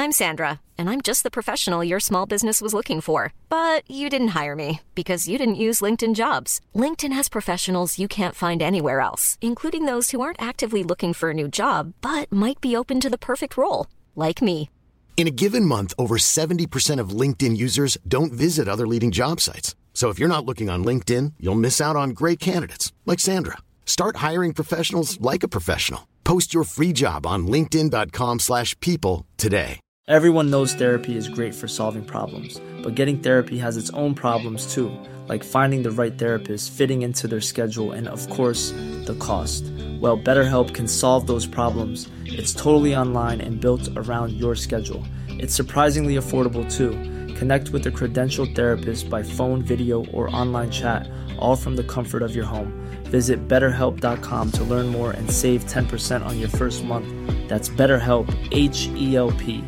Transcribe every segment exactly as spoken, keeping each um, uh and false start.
I'm Sandra, and I'm just the professional your small business was looking for. But you didn't hire me because you didn't use LinkedIn Jobs. LinkedIn has professionals you can't find anywhere else, including those who aren't actively looking for a new job, but might be open to the perfect role, like me. In a given month, over seventy percent of LinkedIn users don't visit other leading job sites. So if you're not looking on LinkedIn, you'll miss out on great candidates like Sandra. Start hiring professionals like a professional. Post your free job on linkedin dot com slash people today. Everyone knows therapy is great for solving problems, but getting therapy has its own problems too, like finding the right therapist, fitting into their schedule, and of course, the cost. Well, BetterHelp can solve those problems. It's totally online and built around your schedule. It's surprisingly affordable too. Connect with a credentialed therapist by phone, video, or online chat, all from the comfort of your home. Visit better help dot com to learn more and save ten percent on your first month. That's BetterHelp, H E L P.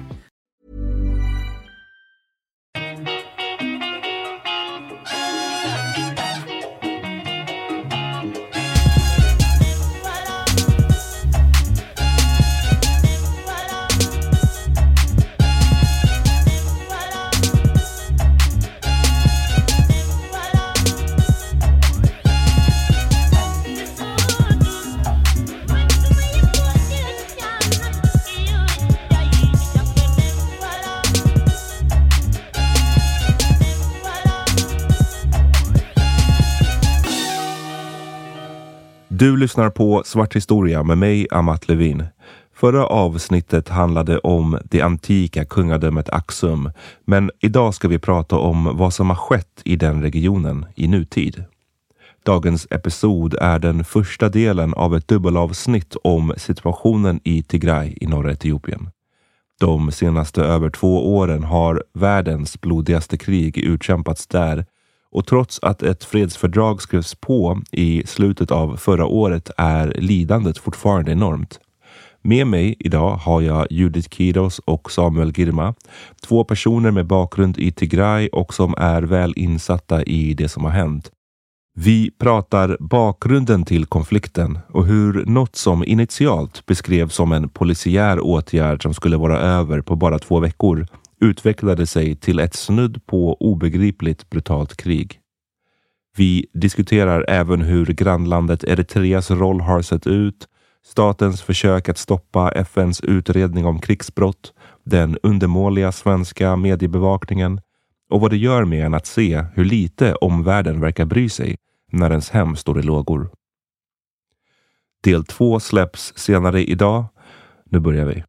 Du lyssnar på Svart historia med mig, Amat Levin. Förra avsnittet handlade om det antika kungadömet Aksum, men idag ska vi prata om vad som har skett i den regionen i nutid. Dagens episod är den första delen av ett dubbelavsnitt om situationen i Tigray i norra Etiopien. De senaste över två åren har världens blodigaste krig utkämpats där. Och trots att ett fredsfördrag skrevs på i slutet av förra året är lidandet fortfarande enormt. Med mig idag har jag Judith Kiros och Samuel Girma. Två personer med bakgrund i Tigray och som är väl insatta i det som har hänt. Vi pratar bakgrunden till konflikten och hur något som initialt beskrevs som en polisiär åtgärd som skulle vara över på bara två veckor utvecklade sig till ett snudd på obegripligt brutalt krig. Vi diskuterar även hur grannlandet Eritreas roll har sett ut, statens försök att stoppa F N:s utredning om krigsbrott, den undermåliga svenska mediebevakningen och vad det gör med en att se hur lite omvärlden verkar bry sig när ens hem står i lågor. Del två släpps senare idag. Nu börjar vi.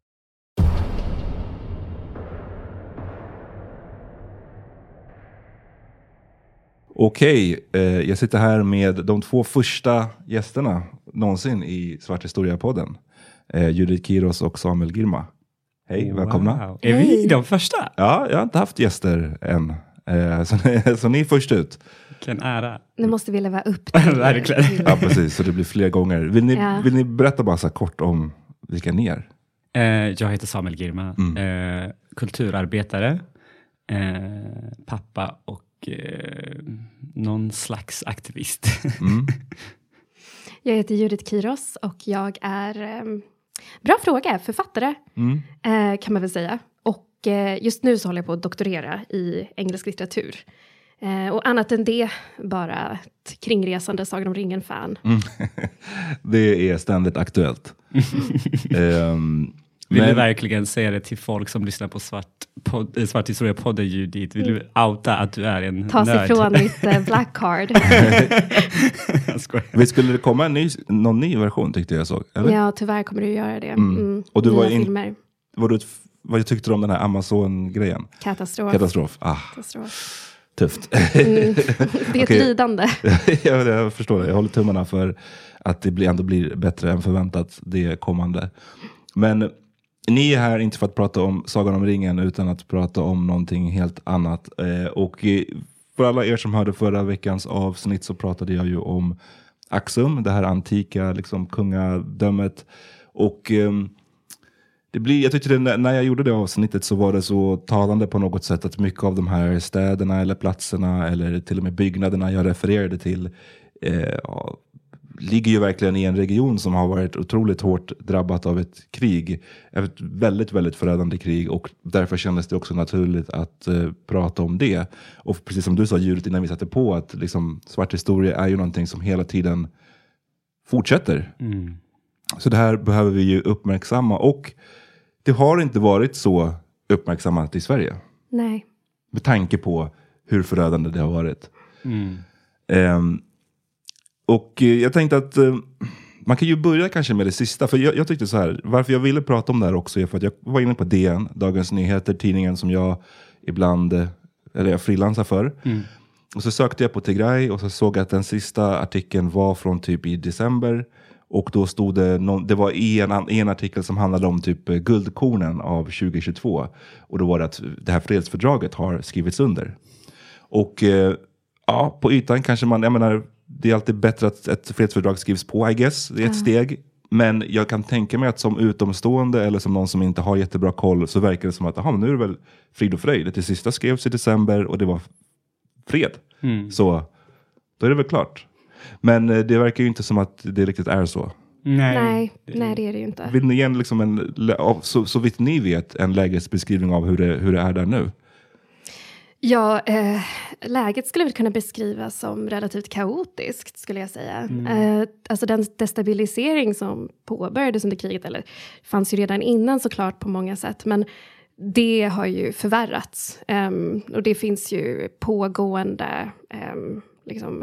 Okej, eh, jag sitter här med de två första gästerna någonsin i Svart historia-podden. Eh, Judith Kiros och Samuel Girma. Hej, wow. Välkomna. Är vi de första? Ja, jag har inte haft gäster än. Eh, så, så ni är först ut. Vilken ära. Nu måste vi leva upp det. Verkligen. Ja, precis. Så det blir fler gånger. Vill ni, ja. vill ni berätta bara så kort om vilka ni är? Eh, jag heter Samuel Girma. Mm. Eh, kulturarbetare. Eh, pappa och Eh, någon slags aktivist. Mm. Jag heter Judith Kiros och jag är eh, bra fråga, författare mm. eh, kan man väl säga. Och eh, just nu så håller jag på att doktorera i engelsk litteratur. Eh, och annat än det, bara ett kringresande Sagan om ringen-fan. Mm. Det är ständigt aktuellt. um, Vill men... du verkligen säga det till folk som lyssnar på Svart, pod, svart historia-podden, Judith? Vill du outa att du är en Ta sig nörd? från mitt uh, black card. Jag skojar. Visst skulle det komma en ny, någon ny version tyckte jag så? Eller? Ja, tyvärr kommer du göra det. Mm. Mm. Och du Nya var in, filmer. Var du, vad tyckte du om den här Amazon-grejen? Katastrof. Katastrof. Ah. Katastrof. Tufft. Mm. Det är ett lidande. jag, jag förstår det. Jag håller tummarna för att det ändå blir bättre än förväntat det kommande. Men ni är här inte för att prata om Sagan om ringen utan att prata om någonting helt annat. Eh, och för alla er som hörde förra veckans avsnitt så pratade jag ju om Aksum, det här antika liksom, kungadömet. Och eh, det blir, jag tyckte det, när jag gjorde det avsnittet så var det så talande på något sätt att mycket av de här städerna eller platserna eller till och med byggnaderna jag refererade till eh, ligger ju verkligen i en region som har varit otroligt hårt drabbat av ett krig. Ett väldigt, väldigt förödande krig. Och därför kändes det också naturligt att uh, prata om det. Och precis som du sa, Judith, innan vi satte på, att liksom, svart historia är ju någonting som hela tiden fortsätter. Mm. Så det här behöver vi ju uppmärksamma. Och det har inte varit så uppmärksammat i Sverige. Nej. Med tanke på hur förödande det har varit. Mm. Um, och uh, jag tänkte att uh, man kan ju börja kanske med det sista. För jag, jag tyckte så här, varför jag ville prata om det här också är för att jag var inne på D N, Dagens Nyheter, tidningen som jag ibland, uh, eller jag frilansar för. Mm. Och så sökte jag på Tigray och så såg jag att den sista artikeln var från typ i december. Och då stod det, någon, det var en, en artikel som handlade om typ guldkornen av tjugo tjugotvå. Och då var det att det här fredsfördraget har skrivits under. Och eh, ja, på ytan kanske man, jag menar, det är alltid bättre att ett fredsfördrag skrivs på, I guess. Det är ett ja. steg. Men jag kan tänka mig att som utomstående eller som någon som inte har jättebra koll så verkar det som att aha, nu är det väl frid och fröjd. Det sista skrevs i december och det var fred. Mm. Så då är det väl klart. Men det verkar ju inte som att det riktigt är så. Nej, nej, nej det är det ju inte. Vill ni ge liksom en, så, så vitt ni vet, en lägesbeskrivning av hur det, hur det är där nu? Ja, eh, läget skulle väl kunna beskrivas som relativt kaotiskt, skulle jag säga. Mm. Eh, alltså den destabilisering som påbörjades under kriget, eller fanns ju redan innan såklart på många sätt, men det har ju förvärrats. Um, och det finns ju pågående um, liksom,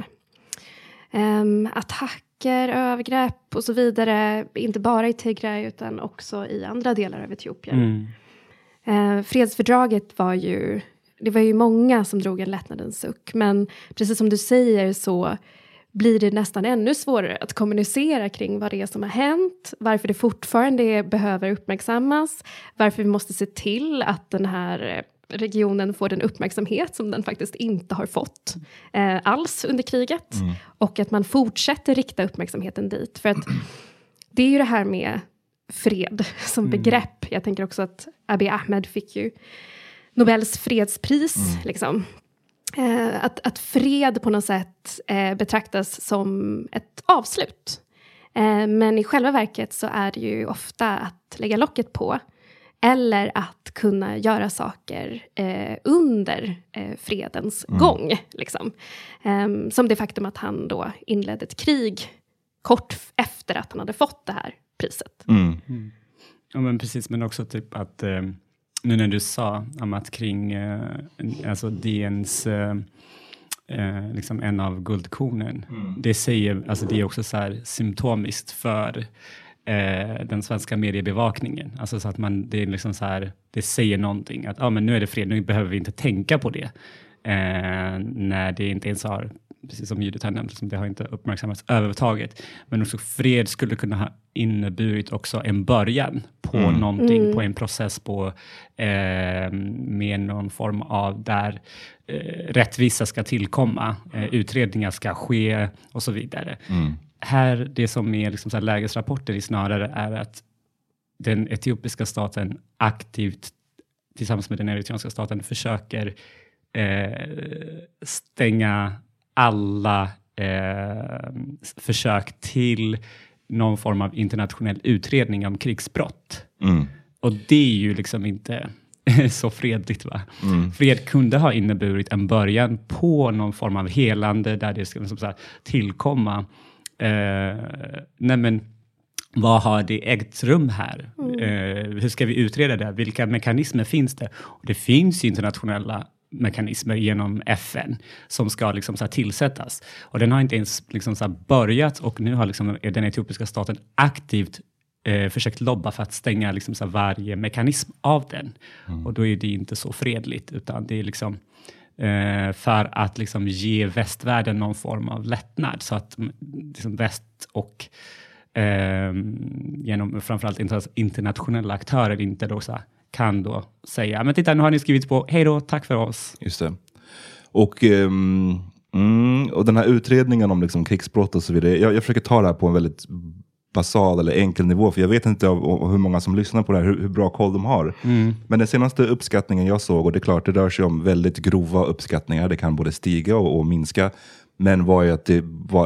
um, attacker, övergrepp och så vidare. Inte bara i Tigray utan också i andra delar av Etiopien. Mm. Uh, fredsfördraget var ju, det var ju många som drog en lättnadens suck. Men precis som du säger så blir det nästan ännu svårare att kommunicera kring vad det är som har hänt. Varför det fortfarande behöver uppmärksammas. Varför vi måste se till att den här regionen får den uppmärksamhet som den faktiskt inte har fått eh, alls under kriget. Mm. Och att man fortsätter rikta uppmärksamheten dit. För att det är ju det här med fred som mm. begrepp. Jag tänker också att Abiy Ahmed fick ju Nobels fredspris mm. liksom. Eh, att, att fred på något sätt eh, betraktas som ett avslut. Eh, men i själva verket så är det ju ofta att lägga locket på. Eller att kunna göra saker eh, under eh, fredens mm. gång. Liksom. Eh, som det faktum att han då inledde ett krig kort efter att han hade fått det här priset. Mm. Mm. Ja men precis, men också typ att... Eh... Nu när du sa om att kring eh, alltså D N:s eh, eh, liksom en av guldkornen. Mm. Det säger, alltså det är också så här symptomiskt för eh, den svenska mediebevakningen. Alltså så att man, det är liksom så här, det säger någonting att ah, men nu är det fred, nu behöver vi inte tänka på det. Eh, när det inte ens har, precis som Judith har nämnt, som det har inte uppmärksammats överhuvudtaget. Men också fred skulle kunna ha inneburit också en början på mm. någonting, mm. på en process på eh, med någon form av där eh, rättvisa ska tillkomma, eh, utredningar ska ske och så vidare. Mm. Här, det som är liksom så här lägesrapporter i snarare är att den etiopiska staten aktivt tillsammans med den eritreanska staten försöker eh, stänga alla eh, försök till någon form av internationell utredning om krigsbrott. Mm. Och det är ju liksom inte så fredligt, va? Mm. Fred kunde ha inneburit en början på någon form av helande där det ska som så här, tillkomma. Eh, nej men, vad har det ägt rum här? Mm. Eh, hur ska vi utreda det? Vilka mekanismer finns det? Och det finns ju internationella mekanismer genom F N som ska liksom så här tillsättas. Och den har inte ens liksom så här börjat och nu har liksom den etiopiska staten aktivt eh, försökt lobba för att stänga liksom så här varje mekanism av den. Mm. Och då är det inte så fredligt utan det är liksom eh, för att liksom ge västvärlden någon form av lättnad så att liksom väst och eh, genom framförallt internationella aktörer inte då så här kan då säga, men titta nu har ni skrivit på, hej då, tack för oss. Just det. Och, um, mm, och den här utredningen om liksom krigsbrott och så vidare, jag, jag försöker ta det här på en väldigt basal eller enkel nivå, för jag vet inte av, av hur många som lyssnar på det här, hur, hur bra koll de har. Mm. Men den senaste uppskattningen jag såg, och det är klart det rör sig om väldigt grova uppskattningar, det kan både stiga och, och minska, men var ju att det var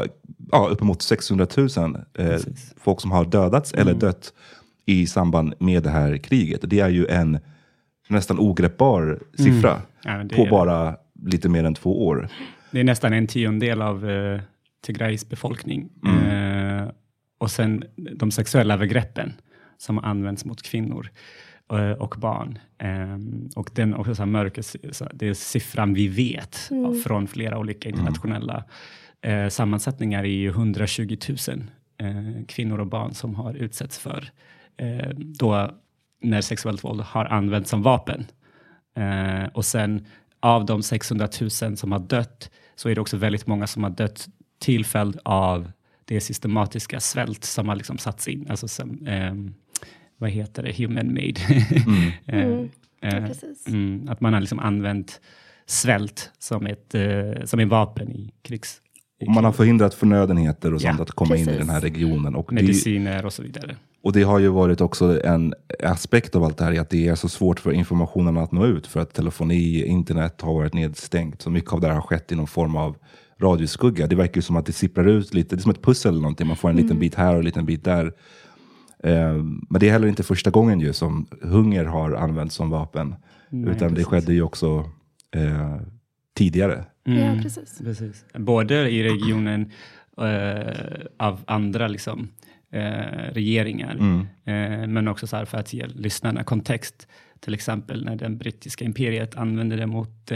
ja, uppemot sexhundratusen eh, folk som har dödats mm. eller dött i samband med det här kriget. Det är ju en nästan ogreppbar siffra mm. ja, på är... bara lite mer än två år. Det är nästan en tiondel av eh, Tigrays befolkning. Mm. Eh, och sen de sexuella övergreppen som används mot kvinnor eh, och barn. Eh, och den också så här mörka, så det är siffran vi vet mm. från flera olika internationella mm. eh, sammansättningar är ju hundratjugotusen eh, kvinnor och barn som har utsätts för eh, då när sexuellt våld har använts som vapen. Eh, och sen av de sexhundratusen som har dött så är det också väldigt många som har dött till följd av det systematiska svält som har liksom satts in. Alltså som, eh, vad heter det? Human made. mm. mm. Ja, precis. Mm, att man har liksom använt svält som ett eh, som en vapen i krigs. I och man har förhindrat förnödenheter och sånt ja, att komma precis. in i den här regionen. Och mediciner och så vidare. Och det har ju varit också en aspekt av allt det här, att det är så svårt för informationen att nå ut, för att telefoni, internet har varit nedstängt. Så mycket av det här har skett i någon form av radioskugga. Det verkar ju som att det sipprar ut lite, det är som ett pussel eller någonting. Man får en mm. liten bit här och en liten bit där. Eh, men det är heller inte första gången ju som hunger har använts som vapen. Nej, utan precis. Det skedde ju också eh, tidigare. Mm. Ja, precis. precis. Både i regionen eh, av andra liksom Eh, regeringar. Mm. Eh, men också så här för att ge lyssnarna kontext. Till exempel när den brittiska imperiet använde det mot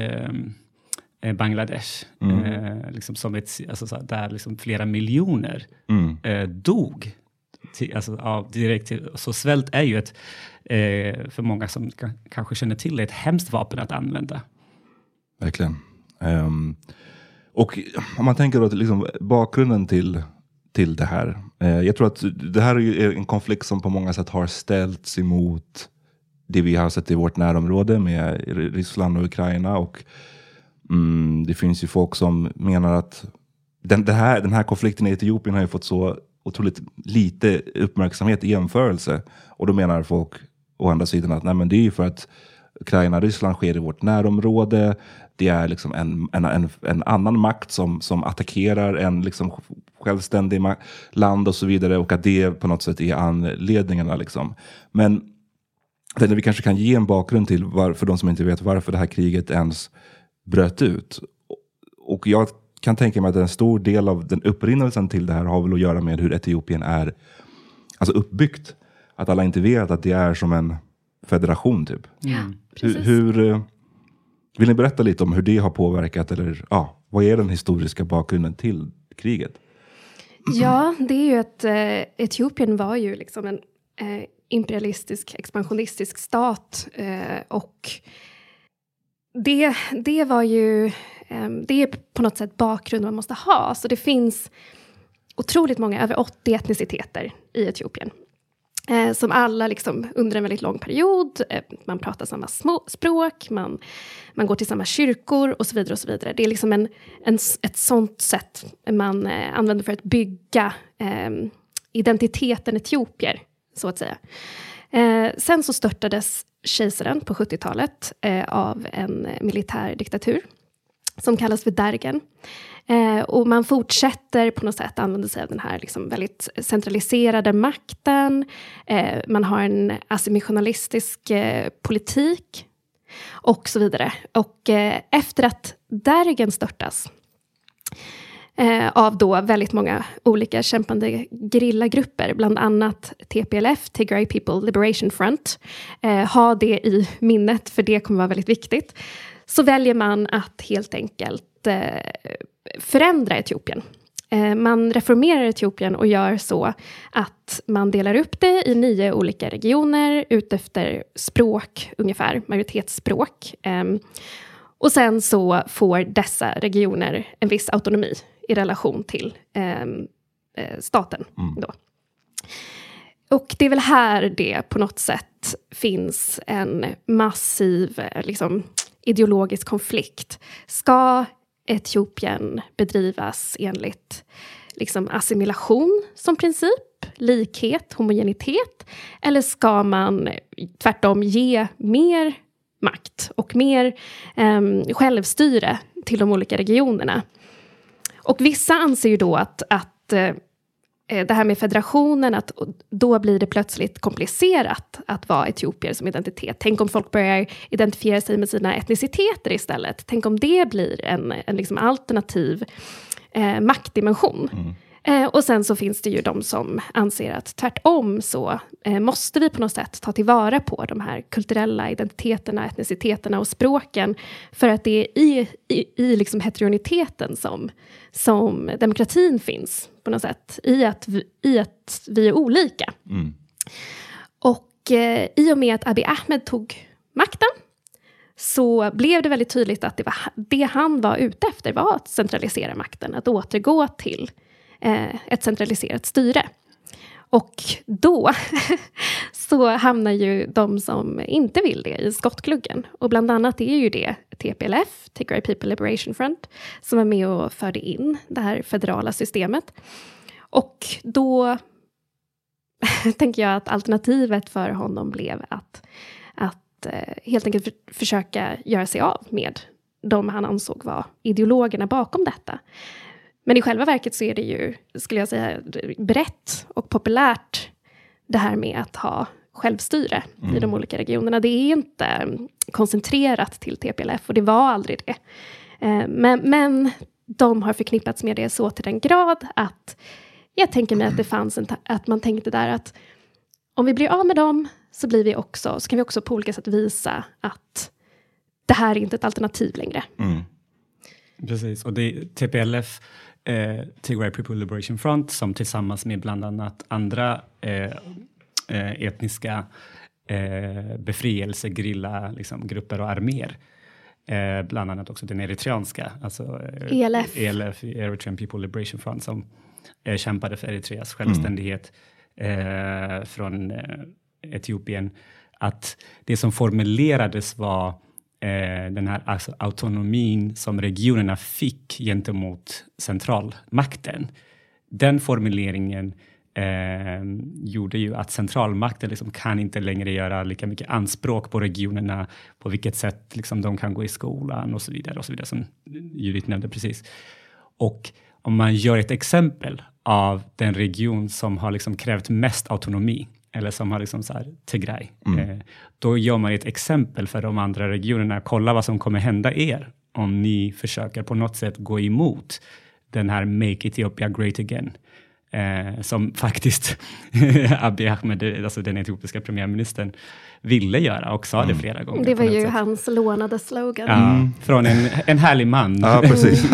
eh, Bangladesh. Mm. Eh, liksom som ett, alltså så här, där liksom flera miljoner mm. eh, dog. Till, alltså, av, direkt till, så svält är ju ett, eh, för många som k- kanske känner till det, ett hemskt vapen att använda. Verkligen. Um, och om man tänker då att liksom, bakgrunden till till det här. Eh, jag tror att det här är ju en konflikt som på många sätt har ställts emot det vi har sett i vårt närområde med Ryssland och Ukraina. Och mm, det finns ju folk som menar att den, det här, den här konflikten i Etiopien har ju fått så otroligt lite uppmärksamhet i jämförelse. Och då menar folk å andra sidan att nej, men det är ju för att Ukraina och Ryssland sker i vårt närområde. Det är liksom en, en, en, en annan makt som, som attackerar en liksom självständig ma- land och så vidare. Och att det på något sätt är anledningarna. Liksom. Men det vi kanske kan ge en bakgrund till var, för de som inte vet varför det här kriget ens bröt ut. Och jag kan tänka mig att en stor del av den upprinnelsen till det här har väl att göra med hur Etiopien är alltså uppbyggt. Att alla inte vet att det är som en federation typ. Mm. Hur, hur vill ni berätta lite om hur det har påverkat, eller ja, vad är den historiska bakgrunden till kriget? Ja, det är ju att eh, Etiopien var ju liksom en eh, imperialistisk, expansionistisk stat eh, och det, det var ju eh, det är på något sätt bakgrunden man måste ha. Så det finns otroligt många, över åttio etniciteter i Etiopien. Eh, som alla liksom under en väldigt lång period, eh, man pratar samma små språk, man, man går till samma kyrkor och så vidare och så vidare. Det är liksom en, en, ett sånt sätt man eh, använder för att bygga eh, identiteten etiopier, så att säga. Eh, sen så störtades kejsaren på sjuttiotalet eh, av en militär diktatur som kallas för Dergen. Eh, och man fortsätter på något sätt använda sig av den här liksom väldigt centraliserade makten. Eh, man har en assimilationstisk eh, politik och så vidare. Och eh, efter att Dergen störtas eh, av då väldigt många olika kämpande gerillagrupper, bland annat T P L F, Tigray People Liberation Front, eh, ha det i minnet för det kommer vara väldigt viktigt, så väljer man att helt enkelt eh, förändra Etiopien. Eh, man reformerar Etiopien och gör så att man delar upp det i nio olika regioner utefter språk, ungefär majoritetsspråk. Eh, och sen så får dessa regioner en viss autonomi i relation till eh, staten. Mm. Då. Och det är väl här det på något sätt finns en massiv liksom, ideologisk konflikt. Ska Etiopien bedrivas enligt liksom, assimilation som princip, likhet, homogenitet, eller ska man tvärtom ge mer makt och mer eh, självstyre till de olika regionerna? Och vissa anser ju då att, att att eh, det här med federationen, att då blir det plötsligt komplicerat att vara etiopier som identitet. Tänk om folk börjar identifiera sig med sina etniciteter istället. Tänk om det blir en, en liksom alternativ eh, maktdimension. Mm. Eh, och sen så finns det ju de som anser att tvärtom så eh, måste vi på något sätt ta tillvara på de här kulturella identiteterna, etniciteterna och språken, för att det är i, i, i liksom heterogeniteten som, som demokratin finns på något sätt, i att vi, i att vi är olika. Mm. Och eh, i och med att Abiy Ahmed tog makten så blev det väldigt tydligt att det, var, det han var ute efter var att centralisera makten, att återgå till ett centraliserat styre. Och då så hamnar ju de som inte vill det i skottgluggen. Och bland annat är ju det T P L F, Tigray People Liberation Front, som var med och förde in det här federala systemet. Och då tänker jag att alternativet för honom blev att, att helt enkelt för, försöka göra sig av med de han ansåg var ideologerna bakom detta. Men i själva verket så är det ju, skulle jag säga, brett och populärt det här med att ha självstyre mm. i de olika regionerna. Det är inte koncentrerat till T P L F och det var aldrig det. Men, men de har förknippats med det så till den grad att jag tänker mig att det fanns en, att man tänkte där att om vi blir av med dem så blir vi också, så kan vi också på olika sätt visa att det här är inte ett alternativ längre. Mm. Precis, och det är T P L F, eh, Tigray People Liberation Front, som tillsammans med bland annat andra eh, eh, etniska eh, befrielsegrilla liksom, grupper och arméer. Eh, bland annat också den eritreanska, alltså eh, E L F. E L F, Eritrean People Liberation Front, som eh, kämpade för Eritreas självständighet mm. eh, från eh, Etiopien. Att det som formulerades var den här alltså, autonomin som regionerna fick gentemot centralmakten. Den formuleringen eh, gjorde ju att centralmakten liksom kan inte längre göra lika mycket anspråk på regionerna, på vilket sätt liksom, de kan gå i skolan och så vidare, och så vidare som Judith nämnde precis. Och om man gör ett exempel av den region som har liksom krävt mest autonomi, eller som har liksom så här Tigray. Mm. Eh, då gör man ett exempel för de andra regionerna. Kolla vad som kommer hända er om ni försöker på något sätt gå emot den här Make Ethiopia Great Again. Eh, som faktiskt Abiy Ahmed, alltså den etiopiska premiärministern, ville göra och sa mm. det flera gånger. Det var ju sätt. hans lånade slogan. Ja, mm. Från en, en härlig man. Ja, precis.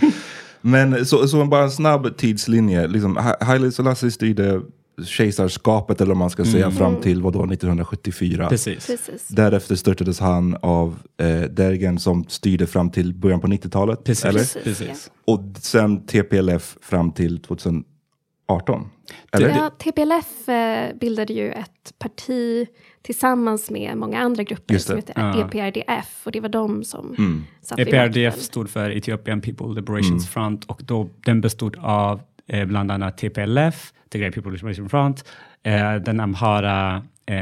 Men så, så bara en snabb tidslinje. Liksom, Haile Selassie styrde kejsarskapet, eller om man ska mm. säga, fram till vad då, nittonhundrasjuttiofyra. Precis. Precis. Därefter störtades han av eh, Dergen som styrde fram till början på nittiotalet. Precis. Eller? Precis. Precis. Och sen T P L F fram till tjugoarton. Eller? Ja, T P L F eh, bildade ju ett parti tillsammans med många andra grupper som heter ja. E P R D F, och det var de som mm. satt vid E P R D F stod för Ethiopian People Liberation mm. Front, och då, den bestod av eh, bland annat T P L F, Tigray People Liberation Front, eh, den Amhara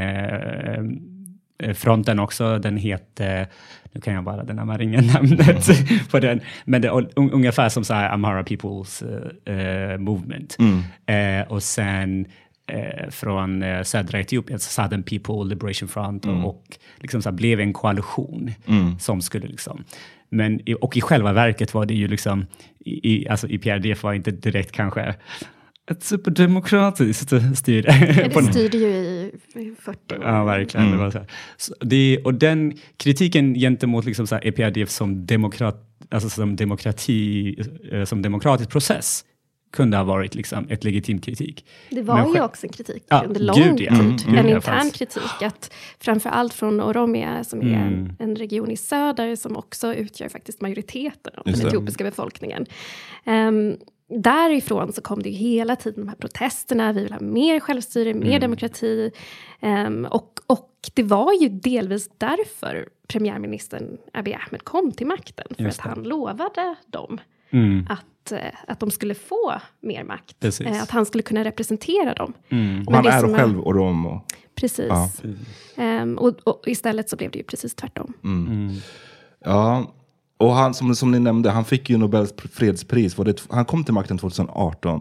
eh, fronten också, den heter, nu kan jag bara den här ringen namnet mm. på den, men det är un, ungefär som så här Amhara People's uh, Movement. Mm. Uh, och sen uh, från uh, södra Etiopien, Southern People Liberation Front, mm. och, och liksom så här blev en koalition mm. som skulle liksom, men och i själva verket var det ju liksom, i, alltså E P R D F var inte direkt kanske ett superdemokratiskt styre. Ja, det styrde ju i fyrtio år. Ja, verkligen. Mm. Det var så här. Så det, och den kritiken gentemot liksom så här E P R D F som, demokrat, alltså som, demokrati, som demokratisk process kunde ha varit liksom ett legitim kritik. Det var Men, ju också en kritik ja, under lång gud, tid. Ja. Mm, en intern fanns. kritik. Att framförallt från Oromia, som är mm. en, en region i söder som också utgör faktiskt majoriteten av den etiopiska befolkningen. Um, Därifrån så kom det ju hela tiden de här protesterna. Vi vill ha mer självstyre, mer mm. demokrati. Um, och, och det var ju delvis därför premiärministern Abiy Ahmed kom till makten. För att han lovade dem mm. att, att de skulle få mer makt. Precis. Att han skulle kunna representera dem. Mm. Och han är själv oromo. Precis. Ja. Um, och, och istället så blev det ju precis tvärtom. Mm. Mm. Ja. Och han, som, som ni nämnde, han fick ju Nobels fredspris. Var det, han kom till makten tjugoarton.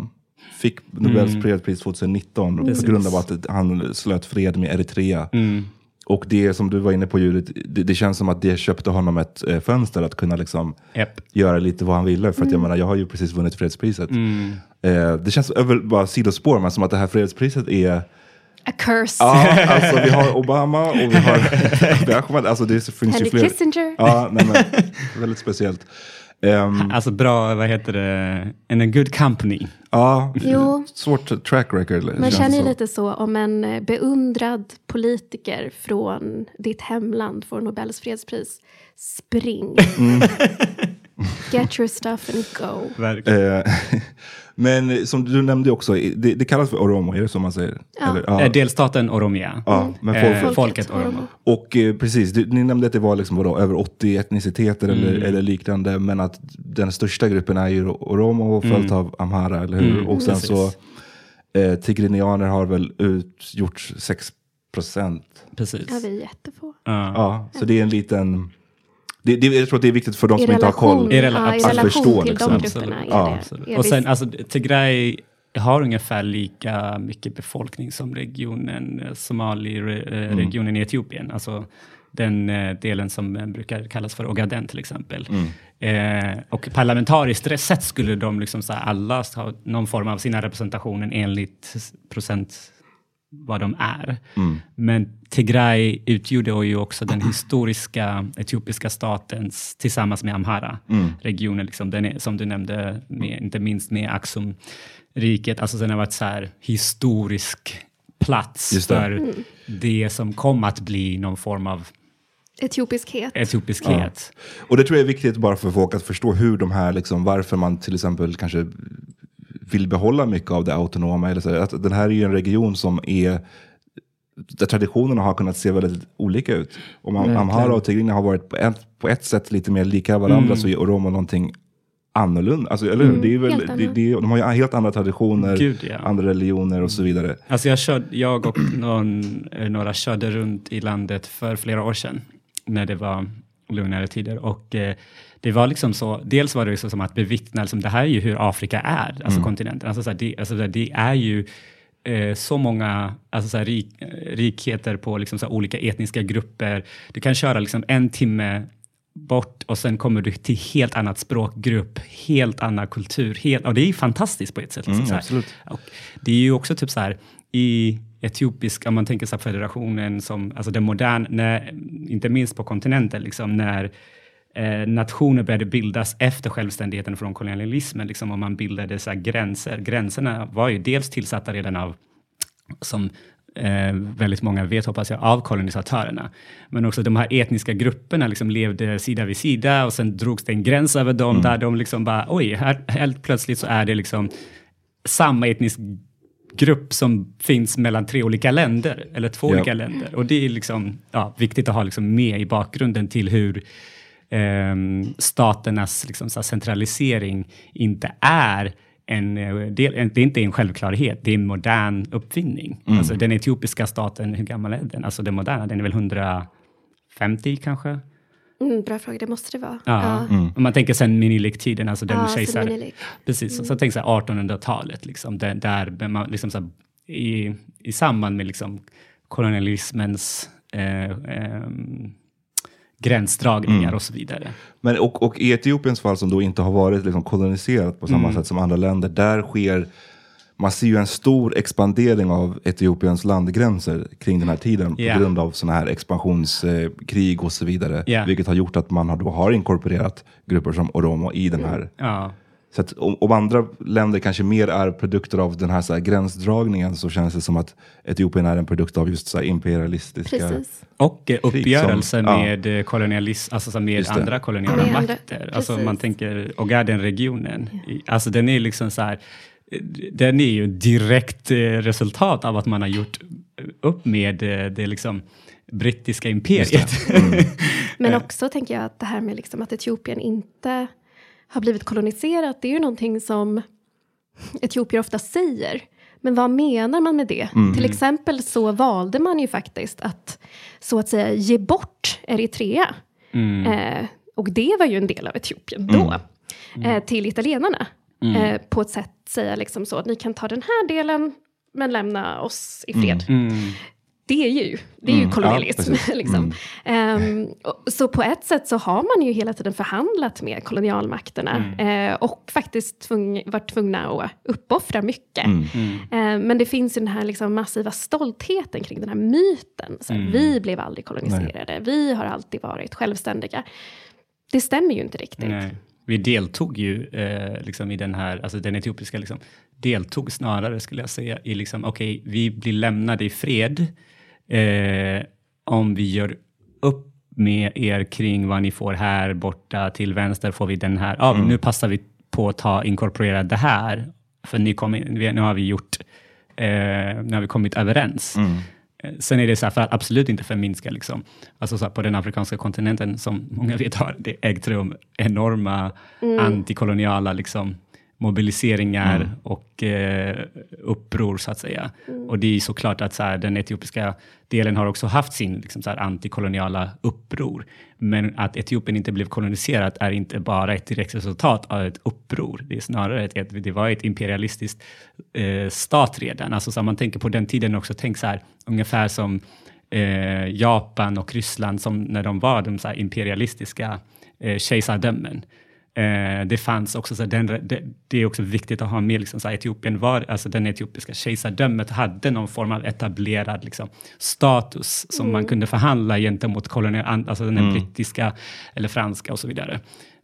fick Nobels Mm. fredspris tjugonitton Precis. på grund av att han slöt fred med Eritrea. Mm. Och det som du var inne på, Judith, det, det känns som att det köpte honom ett eh, fönster att kunna liksom Yep. göra lite vad han ville. För att jag menar, jag har ju precis vunnit fredspriset. Mm. Eh, det känns över bara sidospår, men som att det här fredspriset är... A curse. Ja, alltså vi har Obama och vi har... alltså det finns Henry ju fler... Kissinger. Ja, nej, men, väldigt speciellt. Um, Alltså bra, vad heter det? In a good company. ja, Jo. svårt track record. Man känns känner ju så. lite så om en beundrad politiker från ditt hemland får Nobels fredspris. Spring. Mm. Get your stuff and go. Verkligen. Eh, men som du nämnde också, det, det kallas för Oromo, är det som man säger? Ja. Eller, ja. Eh, Delstaten Oromia. Ja, men Eh, folk, folket Oromo. och eh, precis, du, ni nämnde att det var liksom, vadå, över åttio etniciteter eller, Mm. eller liknande, men att den största gruppen är ju Oromo, följt Mm. av Amhara, eller hur? Mm, och sen precis. så eh, tigrinianer har väl utgjort sex procent. Precis. Ja, vi är jättefå. Ja. Ja, så det är en liten... Det, det, jag tror att det är viktigt för de I som inte har koll. I rela- ja, i att relation förstå, till liksom. de Absolut. grupperna är Ja, det. Absolut. Är Och sen, visst- alltså, Tigray har ungefär lika mycket befolkning som regionen, eh, Somali-regionen Mm. i Etiopien. Alltså den eh, delen som eh, brukar kallas för Ogaden till exempel. Mm. Eh, och parlamentariskt sett skulle de liksom så här, alla ha någon form av sina representationen enligt procent vad de är. Mm. Men Tigray utgjorde ju också den historiska etiopiska statens, tillsammans med Amhara-regionen, Mm. liksom, den är, som du nämnde, med, inte minst med Axum-riket. Alltså den har varit så här historisk plats Just det. för mm. det som kom att bli någon form av Etiopiskhet. etiopiskhet. Och det tror jag är viktigt bara för folk att förstå hur de här, liksom, varför man till exempel kanske vill behålla mycket av det autonoma. Eller så. Att den här är ju en region som är, där traditionerna har kunnat se väldigt olika ut. Om man, Amhara och Tigrina har varit på ett, på ett sätt lite mer lika varandra, Mm. så är Oromo någonting annorlunda. Alltså, eller hur? Det är väl, Helt det, annorlunda. det, de har ju helt andra traditioner, Gud, ja. andra religioner och så vidare. Alltså jag, körde, jag och någon, eh, några körde runt i landet för flera år sedan när det var lugnare tider. Och eh, det var liksom så, dels var det så som att bevittna, liksom, det här är ju hur Afrika är, alltså Mm. kontinenten. Alltså, så här, det, alltså, det är ju eh, så många alltså, så här, rik, eh, rikheter på liksom, så här, olika etniska grupper. Du kan köra liksom, en timme bort och sen kommer du till helt annat språkgrupp, helt annan kultur. Helt, och det är ju fantastiskt på ett sätt. Liksom, Mm, så här. absolut. Och det är ju också typ så här, i etiopisk, om man tänker så här, federationen som, alltså den moderna, inte minst på kontinenten, liksom, när eh, nationer började bildas efter självständigheten från kolonialismen, liksom, och man bildade så här gränser. Gränserna var ju dels tillsatta redan av, som eh, väldigt många vet, hoppas jag, av kolonisatörerna. Men också de här etniska grupperna liksom levde sida vid sida och sen drogs det en gräns över dem, Mm. där de liksom bara, oj, här, helt plötsligt så är det liksom samma etnisk grupp som finns mellan tre olika länder, eller två Ja. olika länder. Och det är liksom, ja, viktigt att ha liksom med i bakgrunden till hur eh, staternas liksom, så här, centralisering inte är en del, det är inte en självklarhet, det är en modern uppfinning. Mm. Alltså den etiopiska staten, hur gammal är den? Alltså den moderna, den är väl hundrafemtio kanske? Mm, bra fråga, det måste det vara. Ja. Om man tänker sen Minilik-tiden, alltså den Ja, sen kejsar... Minilik. Precis, så, så tänk så här artonhundratalet, liksom, där, där man liksom så här, i, i samband med liksom kolonialismens eh, eh, gränsdragningar Mm. och så vidare. Men och, och i Etiopiens fall, som då inte har varit liksom koloniserat på samma Mm. sätt som andra länder, där sker, man ser ju en stor expandering av Etiopiens landgränser kring den här tiden, Ja. på grund av sådana här expansionskrig eh, och så vidare. Ja. Vilket har gjort att man har, då har inkorporerat grupper som Oromo i den här. Ja. Så att om, om andra länder kanske mer är produkter av den här, så här gränsdragningen, så känns det som att Etiopien är en produkt av just så här imperialistiska... Precis. Och eh, uppgörelse Krig som- ja. med eh, kolonialism, alltså så med Just det. andra koloniala Med andra- makter. Alltså precis. man tänker Ogaden-regionen. I- Alltså den är liksom så här, eh, den är ju direkt eh, resultat av att man har gjort upp med eh, det liksom brittiska imperiet. Mm. Men också tänker jag att det här med liksom att Etiopien inte har blivit koloniserat, det är ju någonting som etiopier ofta säger. Men vad menar man med det? Mm. Till exempel så valde man ju faktiskt att så att säga ge bort Eritrea. Mm. Eh, och det var ju en del av Etiopien då. Mm. Eh, till italienarna. mm. eh, på ett sätt säga liksom så, ni kan ta den här delen men lämna oss i fred. Mm. Mm. Det är ju, det är ju mm. kolonialism. Ja, liksom. mm. um, så på ett sätt så har man ju hela tiden förhandlat med kolonialmakterna mm. uh, och faktiskt tvung, varit tvungna att uppoffra mycket. Mm. Mm. Uh, men det finns ju den här liksom massiva stoltheten kring den här myten. Så mm. vi blev aldrig koloniserade, Nej. vi har alltid varit självständiga. Det stämmer ju inte riktigt. Nej. Vi deltog ju eh, liksom i den här, alltså den etiopiska liksom, deltog snarare skulle jag säga i liksom, okej, okay, vi blir lämnade i fred eh, om vi gör upp med er kring vad ni får här borta till vänster får vi den här, ja, mm. nu passar vi på att ta inkorporera det här för ni kom in, nu har vi gjort eh, nu har vi kommit överens. Mm. Sen är det så här, för att absolut inte förminska liksom. Alltså så här, på den afrikanska kontinenten som många vet har det ägt rum enorma mm. antikoloniala liksom, mobiliseringar mm. och eh, uppror så att säga. Mm. Och det är såklart att så här, den etiopiska delen har också haft sin liksom, så här, antikoloniala uppror. Men att Etiopien inte blev koloniserat är inte bara ett direkt resultat av ett uppror. Det är snarare ett, ett det var ett imperialistiskt eh, stat redan. Alltså så här, man tänker på den tiden också, tänk så här, ungefär som eh, Japan och Ryssland som när de var de så här, imperialistiska eh, kejsardömen. Eh, det fanns också, så den, det, det är också viktigt att ha med, liksom, så Etiopien var, alltså den etiopiska kejsardömet hade någon form av etablerad liksom, status som mm. man kunde förhandla gentemot kolonier, alltså den mm. brittiska eller franska och så vidare.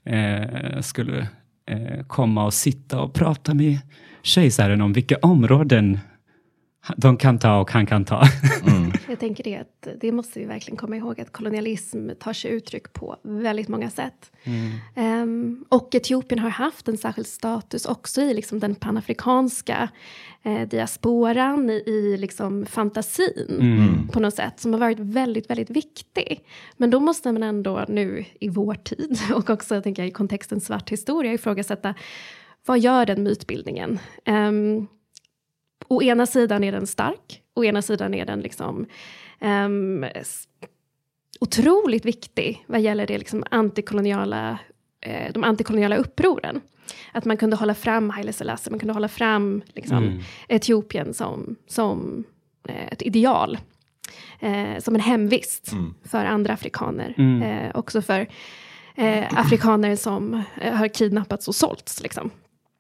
Eh, skulle eh, komma och sitta och prata med kejsaren om vilka områden de kan ta och han kan ta. Mm. Jag tänker det att det måste vi verkligen komma ihåg att kolonialism tar sig uttryck på väldigt många sätt. Mm. Um, och Etiopien har haft en särskild status också i liksom den panafrikanska eh, diasporan, i, i liksom fantasin mm. på något sätt som har varit väldigt, väldigt viktig. Men då måste man ändå nu i vår tid och också tänker jag, i kontexten svart historia ifrågasätta vad gör den mytbildningen? Um, Å ena sidan är den stark. Å ena sidan är den liksom um, otroligt viktig vad gäller det liksom antikoloniala, eh, de antikoloniala upproren. Att man kunde hålla fram Haile Selassie, man kunde hålla fram liksom, mm. Etiopien som, som eh, ett ideal. Eh, som en hemvist mm. för andra afrikaner. Mm. Eh, också för eh, afrikaner som eh, har kidnappats och sålts liksom.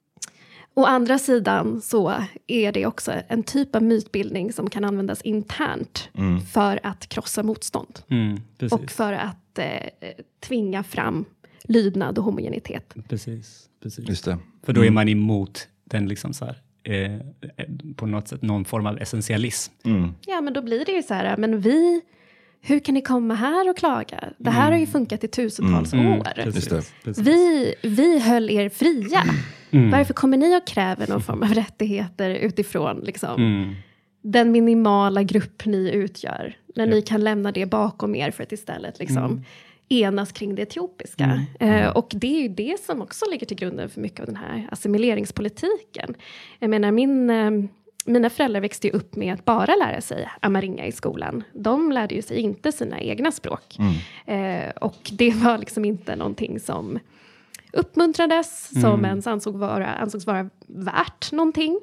Å andra sidan så är det också en typ av mytbildning som kan användas internt mm. för att krossa motstånd. Mm, och för att eh, tvinga fram lydnad och homogenitet. Precis, precis. Just det. För då är man emot den liksom så här, eh, på något sätt någon form av essentialism. Mm. Ja, men då blir det ju så här, men vi... Hur kan ni komma här och klaga? Det här mm. har ju funkat i tusentals mm. år. Mm. Precis, precis. Vi, vi höll er fria. Mm. Varför kommer ni och kräver någon form av rättigheter utifrån liksom, mm. den minimala grupp ni utgör? När yep. ni kan lämna det bakom er för att istället liksom, mm. enas kring det etiopiska. Mm. Uh, och det är ju det som också ligger till grunden för mycket av den här assimileringspolitiken. Jag menar, min... Uh, Mina föräldrar växte ju upp med att bara lära sig amaringa i skolan. De lärde ju sig inte sina egna språk. Mm. Eh, och det var liksom inte någonting som uppmuntrades. Mm. Som ens ansåg vara, ansågs vara värt någonting.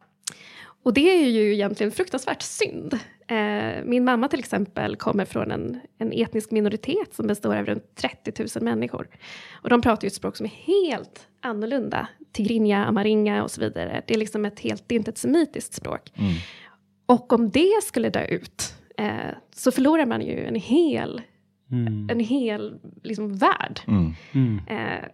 Och det är ju egentligen fruktansvärt synd. Eh, min mamma till exempel kommer från en, en etnisk minoritet som består av runt trettio tusen människor. Och de pratar ju ett språk som är helt annorlunda. Tigrinja, amaringa och så vidare. Det är liksom ett helt, det är inte ett semitiskt språk. Mm. Och om det skulle dö ut eh, så förlorar man ju en hel, mm. en hel liksom, värld. Mm. Mm. Eh,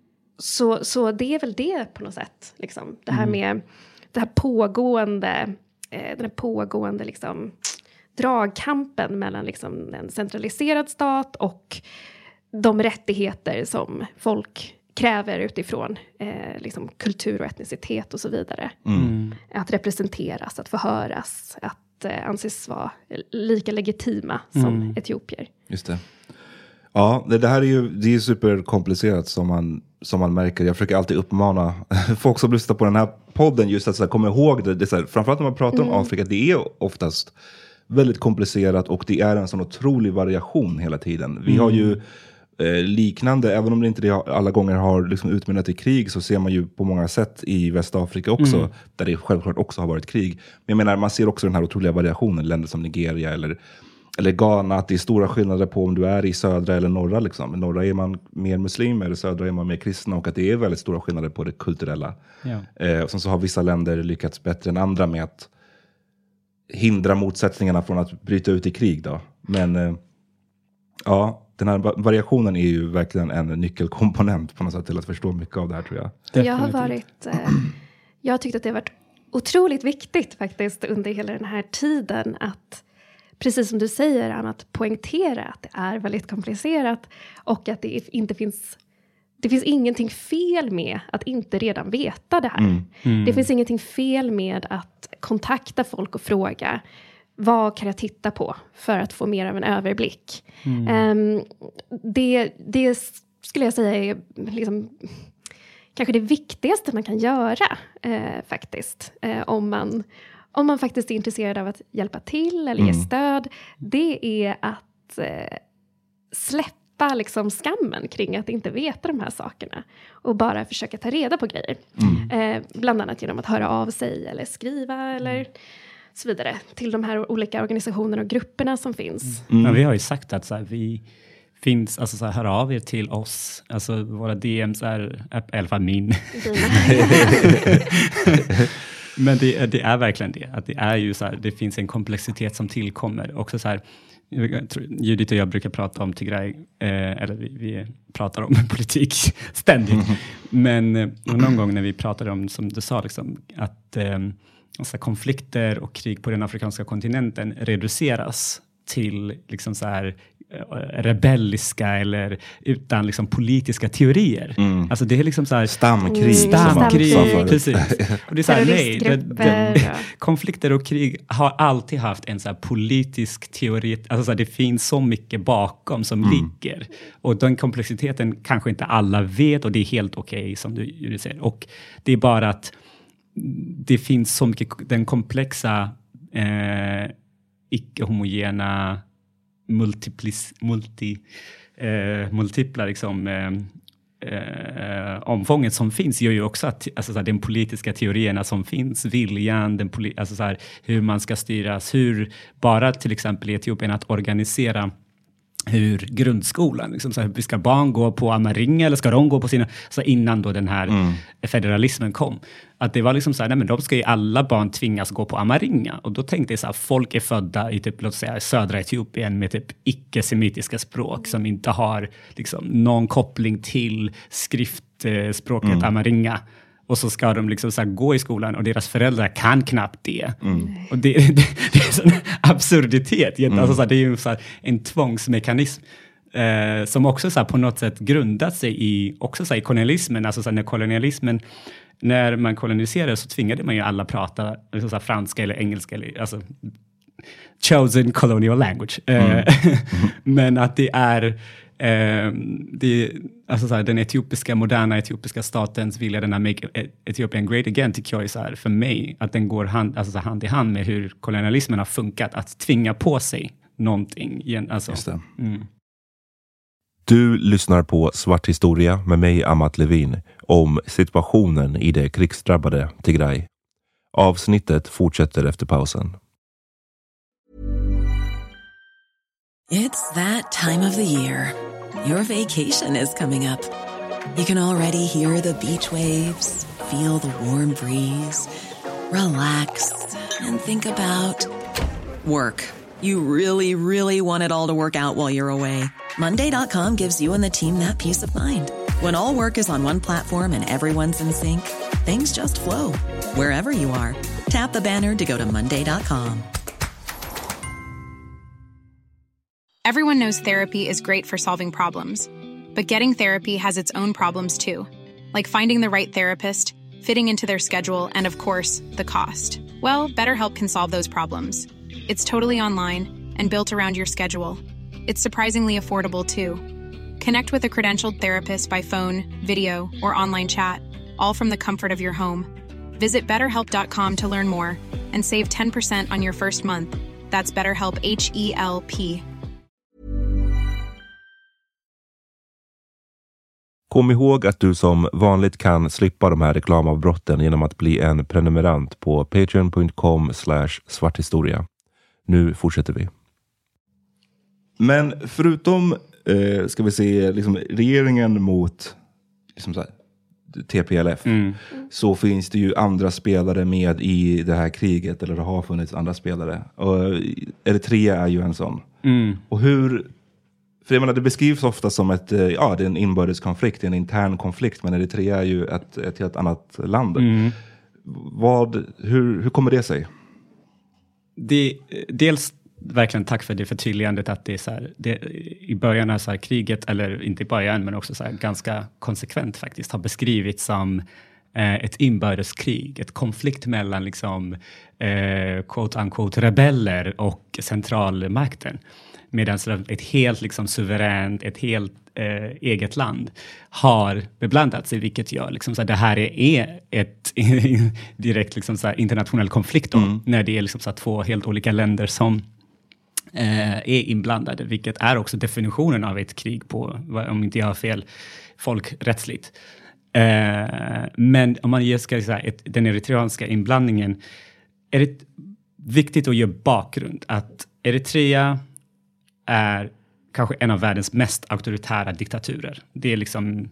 så, så det är väl det på något sätt. Liksom. Det här med det här pågående, eh, den här pågående liksom, dragkampen mellan liksom, en centraliserad stat och de rättigheter som folk kräver utifrån eh, liksom, kultur och etnicitet och så vidare. Mm. Att representeras, att förhöras, att eh, anses vara lika legitima som mm. etiopier. Just det. Ja, det, det här är ju det är superkomplicerat som man, som man märker. Jag försöker alltid uppmana folk som lyssnar på den här podden just att så här, komma ihåg det. det är så här, framförallt när man pratar mm. om Afrika, det är oftast väldigt komplicerat och det är en sån otrolig variation hela tiden. Vi mm. har ju Eh, liknande, även om det inte det alla gånger har liksom utmynnat i krig, så ser man ju på många sätt i Västafrika också, mm. där det självklart också har varit krig. Men jag menar, man ser också den här otroliga variationen, länder som Nigeria eller, eller Ghana, att det är stora skillnader på om du är i södra eller norra. Liksom. I norra är man mer muslimer, i södra är man mer kristna, och att det är väldigt stora skillnader på det kulturella. Ja. Eh, och sen så har vissa länder lyckats bättre än andra med att hindra motsättningarna från att bryta ut i krig då. Men eh, ja, den här variationen är ju verkligen en nyckelkomponent på något sätt till att förstå mycket av det här, tror jag. Definitivt. Jag har varit, eh, jag har tyckt att det har varit otroligt viktigt faktiskt under hela den här tiden att, precis som du säger Anna, att poängtera att det är väldigt komplicerat och att det inte finns, det finns ingenting fel med att inte redan veta det här. Mm. Mm. Det finns ingenting fel med att kontakta folk och fråga: vad kan jag titta på för att få mer av en överblick? Mm. Um, det, det skulle jag säga är liksom, kanske det viktigaste man kan göra uh, faktiskt. Uh, om, man, om man faktiskt är intresserad av att hjälpa till eller mm. ge stöd. Det är att uh, släppa liksom skammen kring att inte veta de här sakerna. Och bara försöka ta reda på grejer. Mm. Uh, bland annat genom att höra av sig eller skriva eller... Mm. så vidare, till de här olika organisationerna och grupperna som finns. Mm. Ja, vi har ju sagt att så här, vi finns, alltså så här, hör av er till oss. Alltså våra D Ms är, i alla fall min. Men det, det är verkligen det. Att det är ju så här, det finns en komplexitet som tillkommer. Också så här, Judith och jag brukar prata om Tigray, eh, eller vi, vi pratar om politik ständigt. Mm. Men eh, någon gång när vi pratade om, som du sa, liksom, att eh, alltså konflikter och krig på den afrikanska kontinenten reduceras till liksom så här rebelliska eller utan liksom politiska teorier. Mm. Alltså det är liksom så här stamkrig. Stamkrig, stamkrig. Precis. Och det är så här, nej, det, det, konflikter och krig har alltid haft en så här politisk teori. Alltså så här, det finns så mycket bakom som mm. ligger. Och den komplexiteten kanske inte alla vet, och det är helt okej okay, som du säger. Och det är bara att det finns så mycket, den komplexa eh, icke-homogena multiplis, multi, eh, multipla liksom, eh, eh, omfånget som finns gör ju också att alltså, så här, den politiska teorierna som finns, viljan, den poli- alltså, så här, hur man ska styras, hur bara till exempel i Etiopien att organisera hur grundskolan, liksom, så här, ska barn gå på Amaringa eller ska de gå på sina, så innan då den här mm. federalismen kom. Att det var liksom så här, nej men de ska ju alla barn tvingas gå på Amaringa. Och då tänkte jag så här, folk är födda i typ, låt säga, södra Etiopien med typ icke-semitiska språk som inte har liksom någon koppling till skriftspråket mm. Amaringa. Och så ska de liksom så här gå i skolan och deras föräldrar kan knappt det. Mm. Och det, det, det är en absurditet. Mm. Alltså så här, det är ju så här en tvångsmekanism eh, som också så här på något sätt grundat sig i, också så här i kolonialismen. Alltså så här, när kolonialismen, när man koloniserade så tvingade man ju alla prata liksom så här, franska eller engelska. Eller, alltså chosen colonial language. Mm. Mm. Men att det är... Eh, det, alltså så här, den etiopiska, moderna etiopiska statens vilja, den här Make Ethiopian Great Again, tycker jag är så här, för mig, att den går hand, alltså så hand i hand med hur kolonialismen har funkat, att tvinga på sig någonting. Igen, alltså. Just det. Mm. Du lyssnar på Svart historia med mig, Amat Levin, om situationen i det krigsdrabbade Tigray. Avsnittet fortsätter efter pausen. It's that time of the year. Your vacation is coming up. You can already hear the beach waves, feel the warm breeze, relax, and think about work. You really, really want it all to work out while you're away. Monday dot com gives you and the team that peace of mind. When all work is on one platform and everyone's in sync, things just flow. Wherever you are, tap the banner to go to Monday dot com. Everyone knows therapy is great for solving problems, but getting therapy has its own problems too, like finding the right therapist, fitting into their schedule, and of course, the cost. Well, BetterHelp can solve those problems. It's totally online and built around your schedule. It's surprisingly affordable too. Connect with a credentialed therapist by phone, video, or online chat, all from the comfort of your home. Visit better help dot com to learn more and save ten percent on your first month. That's BetterHelp, H E L P. Kom ihåg att du som vanligt kan slippa de här reklamavbrotten genom att bli en prenumerant på patreon dot com slash svarthistoria. Nu fortsätter vi. Men förutom, eh, ska vi se, liksom, regeringen mot liksom så här, T P L F, mm. så finns det ju andra spelare med i det här kriget, eller det har funnits andra spelare. Och Eritrea är ju en sån. Mm. Och hur, för jag menar, det beskrivs ofta som ett, ja, det är en inbördeskonflikt, en intern konflikt, men Eritrea är ju ett, ett helt annat land. Mm. Vad, hur, hur kommer det sig? Det, dels verkligen tack för det förtydligandet att det är så här, det, i början av så här kriget, eller inte i början men också så här, ganska konsekvent faktiskt har beskrivits som eh, ett inbördeskrig, ett konflikt mellan liksom eh, quote unquote rebeller och centralmakten, medan ett helt liksom suveränt, ett helt eh, eget land har beblandat sig, vilket gör liksom så här, det här är ett direkt liksom så här, internationell konflikt då, mm. när det är liksom så här, två helt olika länder som eh, är inblandade, vilket är också definitionen av ett krig på, om inte jag har fel, folkrättsligt. Eh, men om man ska säga ett, den eritreanska inblandningen, är det viktigt att ge bakgrund att Eritrea är kanske en av världens mest auktoritära diktaturer. Det är liksom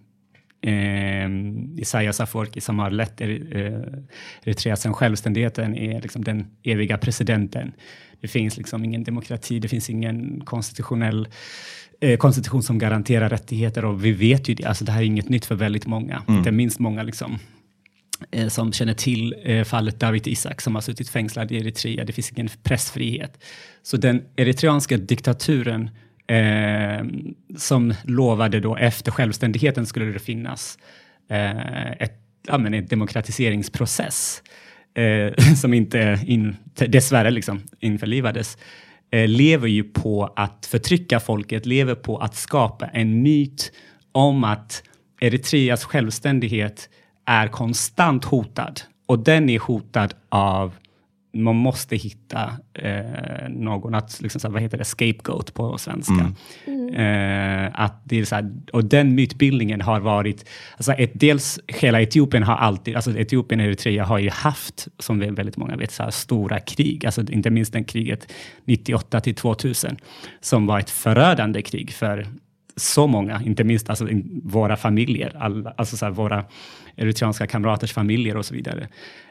eh, Isaias Afwerki som har lett eh, Eritrea sedan självständigheten, är liksom den eviga presidenten. Det finns liksom ingen demokrati, det finns ingen konstitutionell eh, konstitution som garanterar rättigheter, och vi vet ju det. Alltså det här är inget nytt för väldigt många. Mm. Inte minst många liksom eh, som känner till eh, fallet Dawit Isaak som har suttit fängslad i Eritrea. Det finns ingen pressfrihet. Så den eritreanska diktaturen eh, som lovade då efter självständigheten skulle det finnas eh, ett, ja, men en demokratiseringsprocess eh, som inte in, dessvärre liksom införlivades, eh, lever ju på att förtrycka folket, lever på att skapa en myt om att Eritreas självständighet är konstant hotad, och den är hotad av, man måste hitta eh, någon att, liksom, så här, vad heter det, scapegoat på svenska. Mm. Mm. Eh, att det är så här, och den mytbildningen har varit, alltså ett, dels hela Etiopien har alltid, alltså Etiopien och Eritrea har ju haft, som väldigt många vet, så här, stora krig, alltså inte minst den kriget nittioåtta till tvåtusen, som var ett förödande krig för så många, inte minst alltså, in, våra familjer, all, alltså så här, våra eritreanska kamraters familjer och så vidare.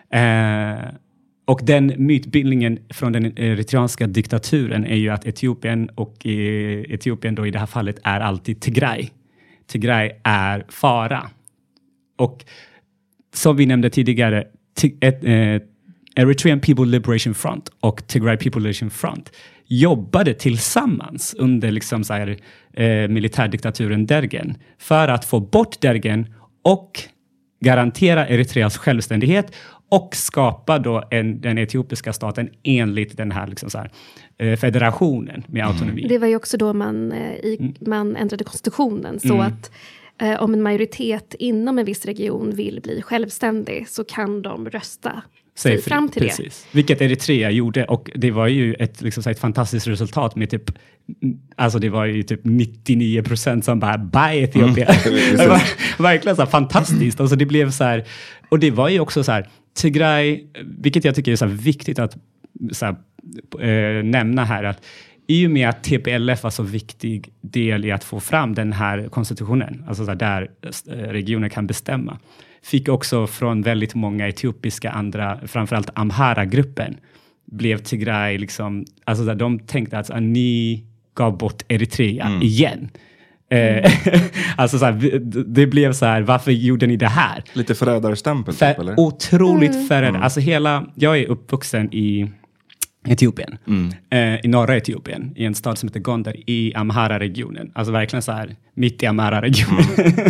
Eh, Och den mytbildningen från den eritreanska diktaturen är ju att Etiopien, och i Etiopien då i det här fallet, är alltid Tigray. Tigray är fara. Och som vi nämnde tidigare, t- ett, eh, Eritrean People Liberation Front och Tigray People Liberation Front jobbade tillsammans under liksom så här, eh, militärdiktaturen Dergen för att få bort Dergen och garantera Eritreas självständighet och skapa då en, den etiopiska staten enligt den här, liksom så här eh, federationen med autonomi. Mm. Det var ju också då man, eh, i, mm. man ändrade konstitutionen så mm. att eh, om en majoritet inom en viss region vill bli självständig så kan de rösta sig fri, fram till precis. Det. Vilket Eritrea gjorde, och det var ju ett, liksom så här, ett fantastiskt resultat med typ, alltså det var ju typ nittionio procent som bara bye Etiopien. Mm. Det var verkligen så här fantastiskt. Alltså det blev så här, och det var ju också så här Tigray, vilket jag tycker är så här viktigt att så här, äh, nämna här, att i och med att T P L F var så viktig del i att få fram den här konstitutionen, alltså så här, där äh, regioner kan bestämma, fick också från väldigt många etiopiska andra, framförallt Amhara-gruppen, blev Tigray liksom, alltså där de tänkte att alltså, ni gav bort Eritrea mm. igen. Mm. Alltså så här, det blev så här, varför gjorde ni det här? Lite förrädarstämpel För, typ, eller? Otroligt mm. förrädare. Alltså hela, jag är uppvuxen i Etiopien, mm. eh, i norra Etiopien, i en stad som heter Gondar i Amhara-regionen. Alltså verkligen så här, mitt i Amhara-regionen.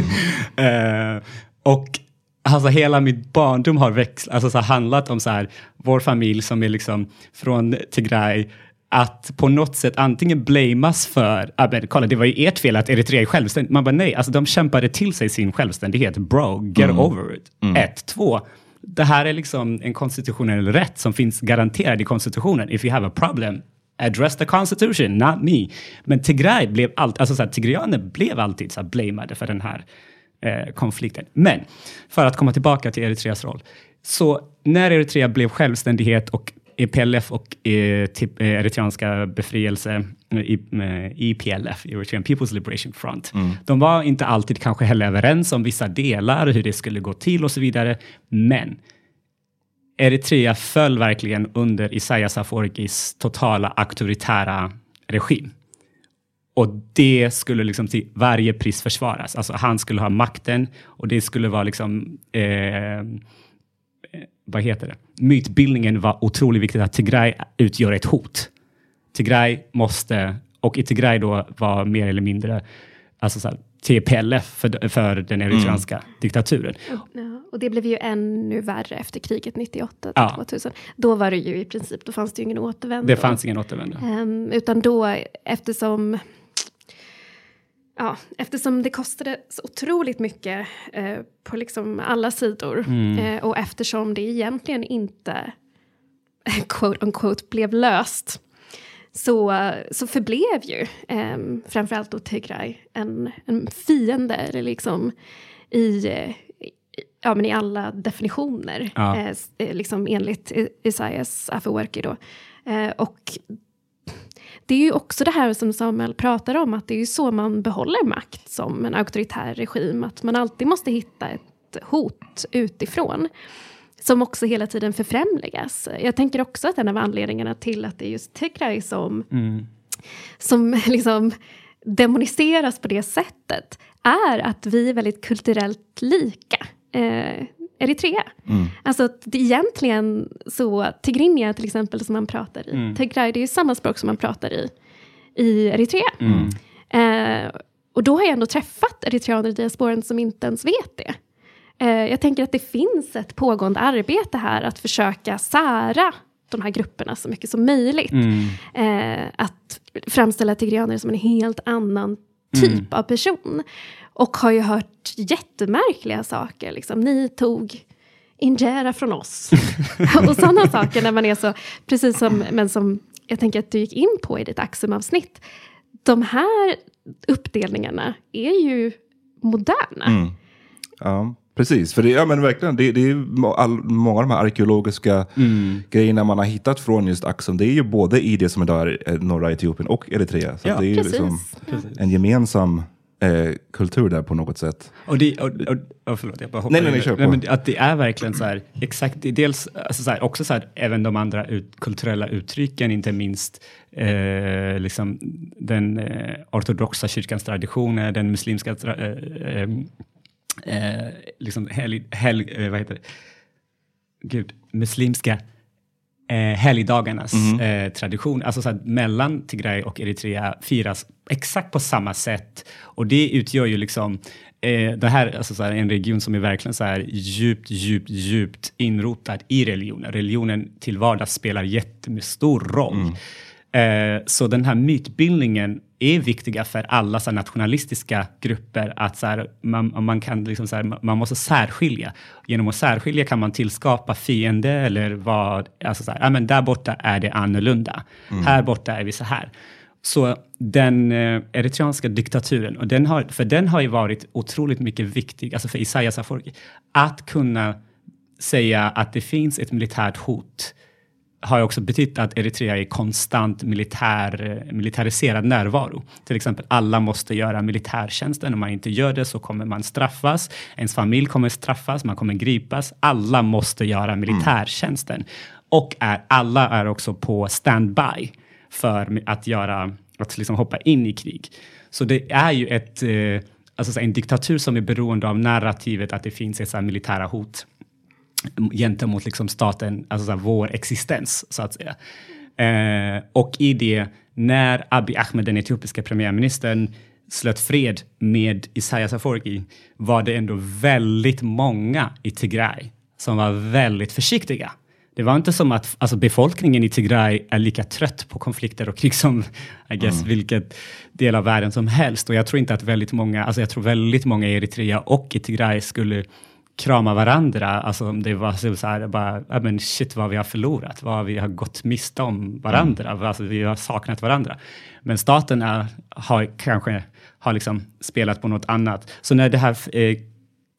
Mm. eh, och alltså hela mitt barndom har växt, alltså så här, handlat om så här, vår familj som är liksom från Tigray, att på något sätt antingen blamas för, ah, men, kolla, det var ju ert fel att Eritrea är självständigt. Man bara nej, alltså de kämpade till sig sin självständighet. Bro, get mm. over it. Mm. Ett, två. Det här är liksom en konstitutionell rätt som finns garanterad i konstitutionen. If you have a problem, address the constitution, not me. Men Tigray blev alltid, alltså så här, tigrayaner blev alltid så här blamade för den här eh, konflikten. Men för att komma tillbaka till Eritreas roll. Så när Eritrea blev självständighet och E P L F och eh, typ, eh, eritreanska befrielse, i, eh, E P L F, Eritrean People's Liberation Front. Mm. De var inte alltid kanske heller överens om vissa delar, hur det skulle gå till och så vidare. Men Eritrea föll verkligen under Isaias Afwerkis totala auktoritära regim. Och det skulle liksom till varje pris försvaras. Alltså han skulle ha makten och det skulle vara liksom... Eh, vad heter det? Mytbildningen var otroligt viktigt att Tigray utgör ett hot. Tigray måste, och i Tigray då var mer eller mindre alltså så här, T P L F för, för den eritreanska mm. diktaturen. Och, ja, och det blev ju ännu värre efter kriget nittioåtta till tvåtusen. Då var det ju i princip, då fanns det ju ingen återvändo. Det fanns ingen återvändo. Um, utan då, eftersom... Ja, eftersom det kostade så otroligt mycket eh, på liksom alla sidor mm. eh, och eftersom det egentligen inte quote unquote blev löst så, så förblev ju eh, framförallt då Tigray en, en fiende eller liksom i, i, ja, men i alla definitioner ja. eh, liksom enligt Isaias Afwerki då eh, och det är ju också det här som Samuel pratar om, att det är ju så man behåller makt som en auktoritär regim, att man alltid måste hitta ett hot utifrån som också hela tiden förfrämligas. Jag tänker också att en av anledningarna till att det är just Tigray som, mm. som liksom demoniseras på det sättet är att vi är väldigt kulturellt lika. Eh, Eritrea. Mm. Alltså det egentligen så Tigrinya till exempel som man pratar i. Mm. Tigray, det är ju samma språk som man pratar i i Eritrea. Mm. Eh, och då har jag ändå träffat eritreaner i diasporan som inte ens vet det. Eh, jag tänker att det finns ett pågående arbete här att försöka sära de här grupperna så mycket som möjligt. Mm. Eh, att framställa tigrianer som en helt annan typ mm. av person. Och har ju hört jättemärkliga saker. Liksom. Ni tog injera från oss. Och sådana saker när man är så... Precis som, men som jag tänker att du gick in på i ditt Axum-avsnitt. De här uppdelningarna är ju moderna. Mm. Ja, precis. För det, ja, men verkligen, det, det är all, många av de här arkeologiska mm. grejerna man har hittat från just Axum. Det är ju både i det som idag är norra Etiopien och Eritrea. Så ja, det är ju liksom en gemensam... Eh, kultur där på något sätt. Och det, och, och, och förlåt, jag bara hoppar nej, nej, nej, kör på. Nej, men att det är verkligen så här, exakt, det är dels alltså så här, också så här, även de andra ut, kulturella uttrycken, inte minst eh, liksom den eh, ortodoxa kyrkans traditioner, den muslimska tra- eh, eh, liksom helg, helg, eh, vad heter det? Gud, muslimska Eh, helgdagarnas mm. eh, tradition, alltså så att mellan Tigray och Eritrea firas exakt på samma sätt, och det utgör ju liksom eh, det här, alltså så här, en region som är verkligen så här djupt, djupt, djupt inrotad i religionen. Religionen till vardags spelar jättestor roll. Mm. Eh, så den här mytbildningen är viktiga för alla så här, nationalistiska grupper, att så här, man, man, kan liksom, så här, man måste särskilja. Genom att särskilja kan man tillskapa fiende eller vad, alltså så här, ja, men där borta är det annorlunda. Mm. Här borta är vi så här. Så den eh, eritreanska diktaturen, och den har, för den har ju varit otroligt mycket viktig, alltså för Isaias Afwerki, att kunna säga att det finns ett militärt hot har också betytt att Eritrea är konstant militär, militariserad närvaro. Till exempel, alla måste göra militärtjänsten. Om man inte gör det så kommer man straffas. Ens familj kommer straffas, man kommer gripas. Alla måste göra militärtjänsten. Mm. Och är, alla är också på standby för att, göra, att liksom hoppa in i krig. Så det är ju ett, eh, alltså en diktatur som är beroende av narrativet att det finns ett så här militära hot gentemot liksom staten, alltså så här, vår existens så att säga. Eh, och i det, när Abiy Ahmed, den etiopiska premiärministern, slöt fred med Isaias Afwerki, var det ändå väldigt många i Tigray som var väldigt försiktiga. Det var inte som att alltså, befolkningen i Tigray är lika trött på konflikter och krig som I guess, mm. vilket del av världen som helst. Och jag tror inte att väldigt många, alltså jag tror väldigt många i Eritrea och i Tigray skulle krama varandra, alltså det var så här bara, ja men shit vad vi har förlorat, vad vi har gått miste om varandra, mm. alltså vi har saknat varandra. Men staten är, har kanske har liksom spelat på något annat. Så när det här eh,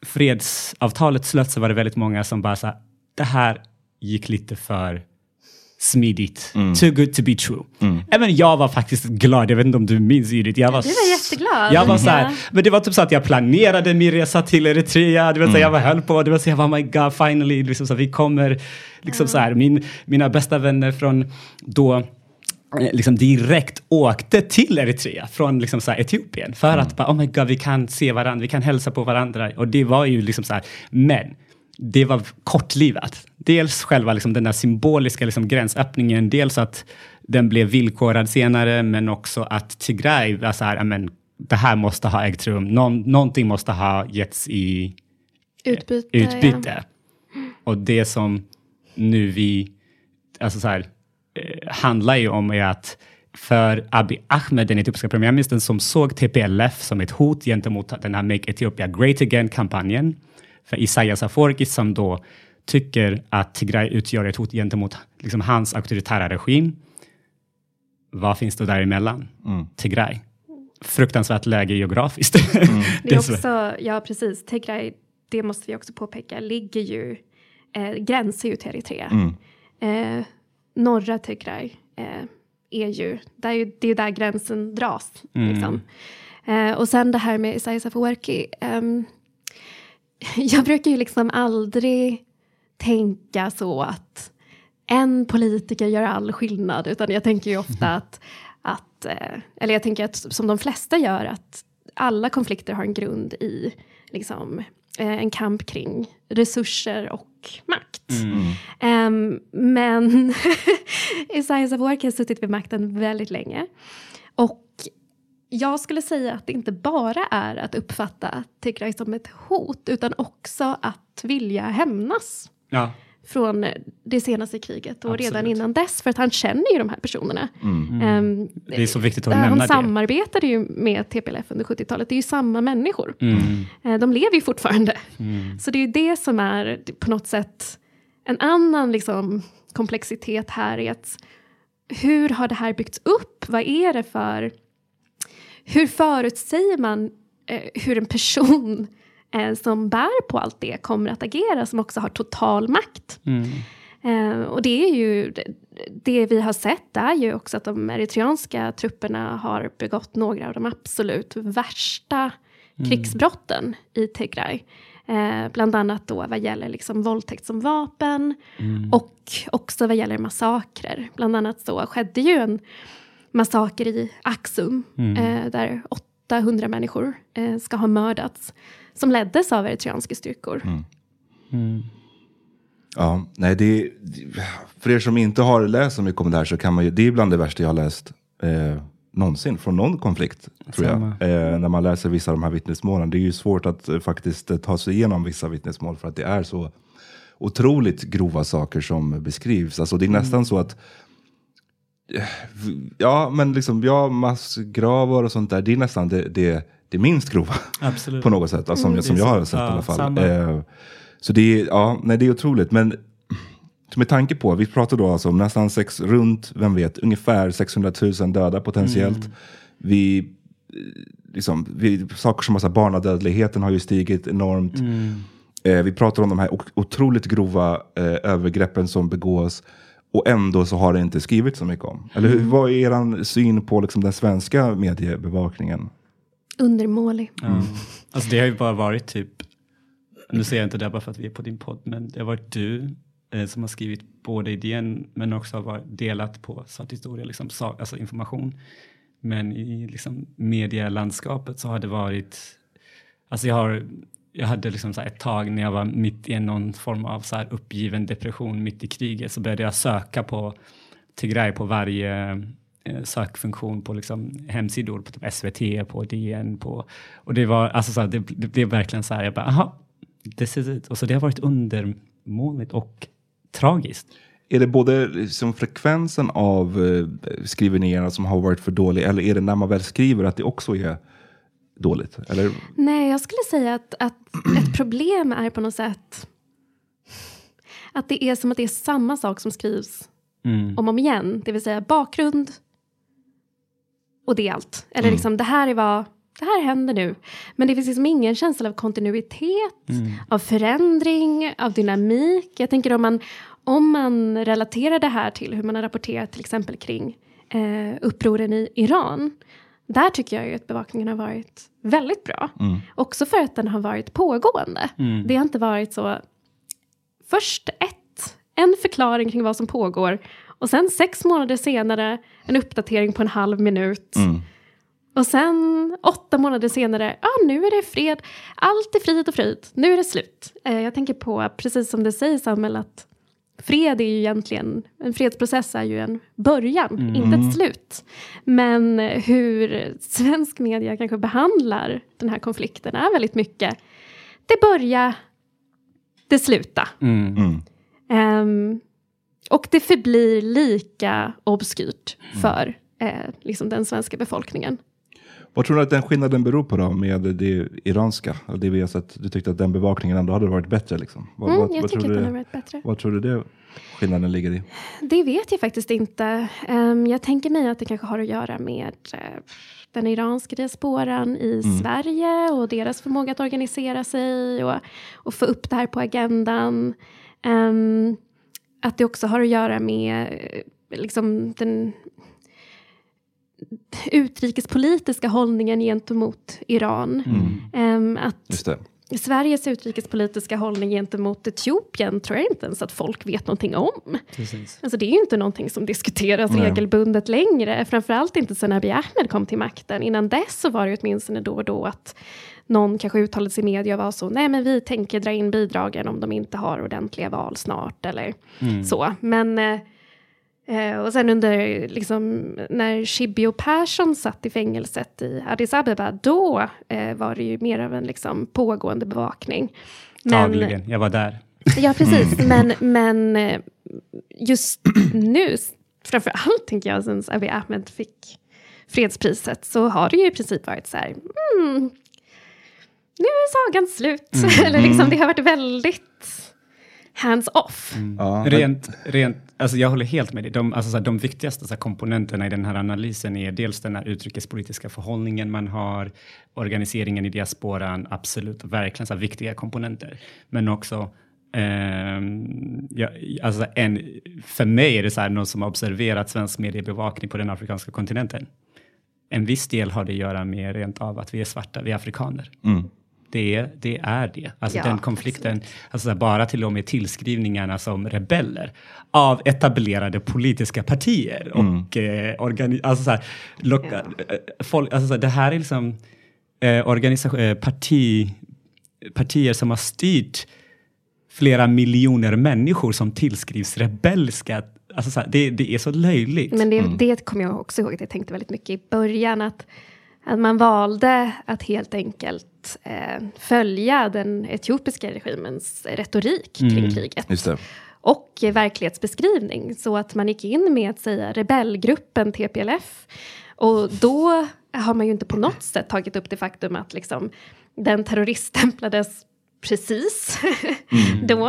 fredsavtalet slöts så var det väldigt många som bara sa det här gick lite för smidigt. Mm. Too good to be true. Mm. Även jag var faktiskt glad. Jag vet inte om du minns Judith. Jag var, du var jätteglad. Jag var så här, men det var typ så att jag planerade min resa till Eritrea. Du vet, mm. så jag var höll på. Det var så jag var, oh my god, finally. Liksom, så vi kommer, liksom mm. så här, min, mina bästa vänner från då liksom direkt åkte till Eritrea från liksom så här Etiopien för mm. att bara, oh my god, vi kan se varandra, vi kan hälsa på varandra. Och det var ju liksom så här, men det var kortlivat. Dels själva liksom den där symboliska liksom gränsöppningen, dels att den blev villkorad senare, men också att Tigray var så här, amen, det här måste ha ägt rum. Någon, någonting måste ha getts i utbyte. Eh, utbyte. Ja. Och det som nu vi, alltså så här, eh, handlar ju om är att för Abiy Ahmed, den etiopiska premiärministern, som såg T P L F som ett hot gentemot den här Make Ethiopia Great Again-kampanjen, för Isaias Afwerki som då tycker att Tigray utgör ett hot gentemot liksom, hans auktoritära regim. Vad finns det däremellan? Mm. Tigray. Fruktansvärt läge geografiskt. Mm. Det är också, ja precis, Tigray, det måste vi också påpeka, ligger ju, eh, gränsar ju till Eritrea. Mm. Eh, norra Tigray eh, är ju, där är ju, det är där gränsen dras. Mm. Liksom. Eh, och sen det här med Isaias Afwerki, eh, jag brukar ju liksom aldrig tänka så att en politiker gör all skillnad, utan jag tänker ju ofta att, att eller jag tänker att som de flesta gör, att alla konflikter har en grund i liksom en kamp kring resurser och makt. Mm. Um, men Isaias Afwerki har suttit vid makten väldigt länge, och jag skulle säga att det inte bara är att uppfatta Tigray som ett hot, utan också att vilja hämnas ja. från det senaste kriget och Absolut. redan innan dess, för att han känner ju de här personerna. Mm. Um, det är så viktigt att han nämna det. Han samarbetade ju med T P L F under sjuttiotalet. Det är ju samma människor. Mm. Uh, de lever ju fortfarande. Mm. Så det är ju det som är på något sätt en annan liksom, komplexitet här, är att hur har det här byggts upp? Vad är det för... Hur förutsäger man eh, hur en person eh, som bär på allt det kommer att agera, som också har total makt? Mm. Eh, och det är ju, det, det vi har sett är ju också att de eritreanska trupperna har begått några av de absolut värsta mm. krigsbrotten i Tigray. Eh, bland annat då vad gäller liksom våldtäkt som vapen mm. och också vad gäller massakrer. Bland annat så skedde ju en massaker i Aksum mm. eh, där åttahundra människor eh, ska ha mördats, som leddes av eritreanska styrkor. Mm. Mm. Ja, nej, det, för er som inte har läst så mycket om det här, så kan man ju, det är bland det värsta jag har läst eh, någonsin från någon konflikt, tror jag. Eh, när man läser vissa av de här vittnesmålen. Det är ju svårt att eh, faktiskt eh, ta sig igenom vissa vittnesmål, för att det är så otroligt grova saker som beskrivs. Alltså det är nästan mm. så att ja, men liksom, ja, massgravar och sånt där, det är nästan det, det, det minst grova. Absolut. På något sätt, alltså, mm, som, som jag har sett ja, i alla fall. Eh, så det är, ja, nej, det är otroligt. Men med tanke på, vi pratar då alltså om nästan sex, runt, vem vet, ungefär sexhundratusen döda potentiellt. Mm. Vi, liksom, vi, saker som alltså, barnadödligheten har ju stigit enormt. Mm. Eh, vi pratar om de här otroligt grova eh, övergreppen som begås. Och ändå så har det inte skrivit så mycket om. Eller hur, vad är er syn på liksom, den svenska mediebevakningen? Undermålig. Mm. Alltså det har ju bara varit typ, nu säger jag inte det bara för att vi är på din podd, men det har varit du eh, som har skrivit både idén, men också har varit delat på Svart historia, liksom, alltså information. Men i liksom, medielandskapet så har det varit, alltså jag har... Jag hade liksom så här ett tag när jag var mitt i någon form av så här uppgiven depression mitt i kriget, så började jag söka på Tigray på varje eh, sökfunktion på liksom hemsidor, på typ S V T, på D N, på, och det var alltså så här, det, det blev verkligen så här, jag bara, aha, this is it. Och så det har varit undermåligt och tragiskt. Är det både liksom frekvensen av eh, skrivningarna som har varit för dålig, eller är det när man väl skriver att det också är dåligt? Eller? Nej, jag skulle säga att, att ett problem är på något sätt att det är som att det är samma sak som skrivs mm. om och om igen. Det vill säga bakgrund och det är allt. Eller mm. liksom, det här är vad det här händer nu. Men det finns liksom ingen känsla av kontinuitet, mm. av förändring, av dynamik. Jag tänker om man, om man relaterar det här till hur man har rapporterat till exempel kring eh, upproren i Iran. Där tycker jag ju att bevakningen har varit väldigt bra. Mm. Också för att den har varit pågående. Mm. Det har inte varit så... Först ett, en förklaring kring vad som pågår. Och sen sex månader senare en uppdatering på en halv minut. Mm. Och sen åtta månader senare, ja ah, nu är det fred. Allt är frid och frid. Nu är det slut. Eh, jag tänker på, precis som det sägs Samuel, att fred är ju egentligen, en fredsprocess är ju en början, mm. inte ett slut. Men hur svensk media kanske behandlar den här konflikten är väldigt mycket, det börjar, det slutar. Mm. Mm. Um, och det förblir lika obskyrt för eh, liksom den svenska befolkningen. Vad tror du att den skillnaden beror på då med det iranska? Det vi har sett, du tyckte att den bevakningen ändå hade varit bättre liksom. Vad, mm, vad, jag vad tycker tror att du, den har varit bättre. Vad tror du det skillnaden ligger i? Det vet jag faktiskt inte. Um, jag tänker mig att det kanske har att göra med uh, den iranska diasporan i mm. Sverige och deras förmåga att organisera sig och, och få upp det här på agendan. Um, att det också har att göra med uh, liksom den utrikespolitiska hållningen gentemot Iran. Mm. Um, att Just det. Sveriges utrikespolitiska hållning gentemot Etiopien tror jag inte ens att folk vet någonting om. Precis. Alltså det är ju inte någonting som diskuteras Nej. regelbundet längre. Framförallt inte sen Abiy Ahmed kom till makten. Innan dess så var det åtminstone då och då att någon kanske uttalade sig i media och var så, nej men vi tänker dra in bidragen om de inte har ordentliga val snart eller mm. så. Men eh, och sen under liksom när Shibio Persson satt i fängelset i Addis Abeba, då eh, var det ju mer av en liksom pågående bevakning. Dagligen, jag var där. Ja, precis. Men, men just nu, framför allt tänker jag, sen Abiy Ahmed fick fredspriset, så har det ju i princip varit så här, mm, nu är sagan slut. Mm. Eller liksom, det har varit väldigt hands off. Mm. Ja. Rent, rent, alltså jag håller helt med dig. De, alltså så här, de viktigaste så här, komponenterna i den här analysen är dels den här utrikespolitiska förhållningen man har, organiseringen i diasporan, absolut, verkligen så här, viktiga komponenter. Men också, eh, ja, alltså en, för mig är det så här, någon som har observerat svensk mediebevakning på den afrikanska kontinenten. En viss del har det att göra med rent av att vi är svarta, vi är afrikaner. Mm. Det, det är det. Alltså ja, den konflikten, alltså bara till och med tillskrivningarna som rebeller av etablerade politiska partier mm. och eh, organi- alltså så här, loka- ja. folk, alltså så här, det här är liksom eh, organisation, eh, parti, partier som har styrt flera miljoner människor som tillskrivs rebelska. Alltså så här, det, det är så löjligt. Men det, mm. det kommer jag också ihåg att jag tänkte väldigt mycket i början, att Att man valde att helt enkelt eh, följa den etiopiska regimens retorik kring mm, kriget. Just det. Och eh, verklighetsbeskrivning. Så att man gick in med att säga rebellgruppen T P L F. Och då har man ju inte på något sätt tagit upp det faktum att liksom, den terroriststämplades precis mm. då.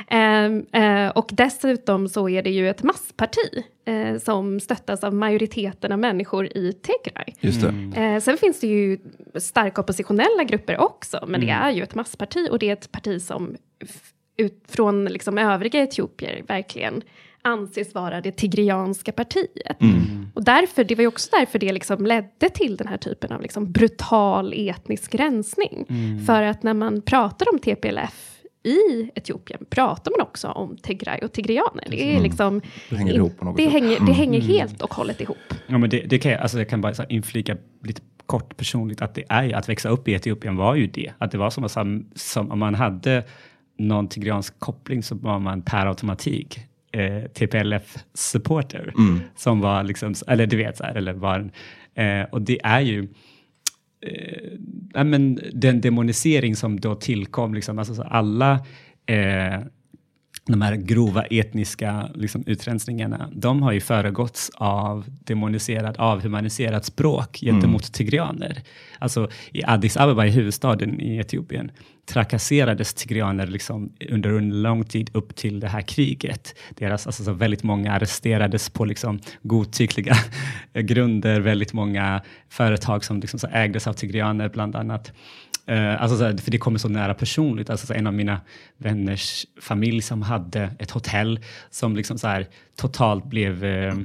Eh, eh, och dessutom så är det ju ett massparti eh, som stöttas av majoriteten av människor i Tigray. Just det. Mm. Eh, sen finns det ju starka oppositionella grupper också, men mm. det är ju ett massparti och det är ett parti som f- ut från liksom övriga etiopier verkligen anses vara det tigrianska partiet. Mm. Och därför, det var ju också därför det liksom ledde till den här typen av liksom brutal etnisk rensning. Mm. För att när man pratar om T P L F i Etiopien pratar man också om Tigray och tigrianer. Det är liksom... Det hänger ihop på något det sätt. hänger, det hänger Mm. helt och hållet ihop. Ja, men det, det kan jag, alltså jag kan bara så här inflika lite kort personligt att det är att växa upp i Etiopien var ju det. Att det var som, som, som om man hade någon tigriansk koppling så var man per automatik eh, T P L F-supporter. Mm. Som var liksom, eller du vet så här, eller var eh, och det är ju eh, men den demonisering som då tillkom, liksom, alltså så alla eh, de här grova etniska liksom, utrensningarna, de har ju föregåtts av demoniserat, avhumaniserat språk gentemot mm. tigrianer. Alltså i Addis Abeba, i huvudstaden i Etiopien, trakasserades tigrianer liksom under en lång tid upp till det här kriget. Deras, alltså, så väldigt många arresterades på liksom, godtyckliga grunder. Väldigt många företag som liksom, så ägdes av tigrianer bland annat. Uh, alltså så här, för det kommer så nära personligt. Alltså så här, en av mina vänners familj som hade ett hotell som liksom så här, totalt blev uh,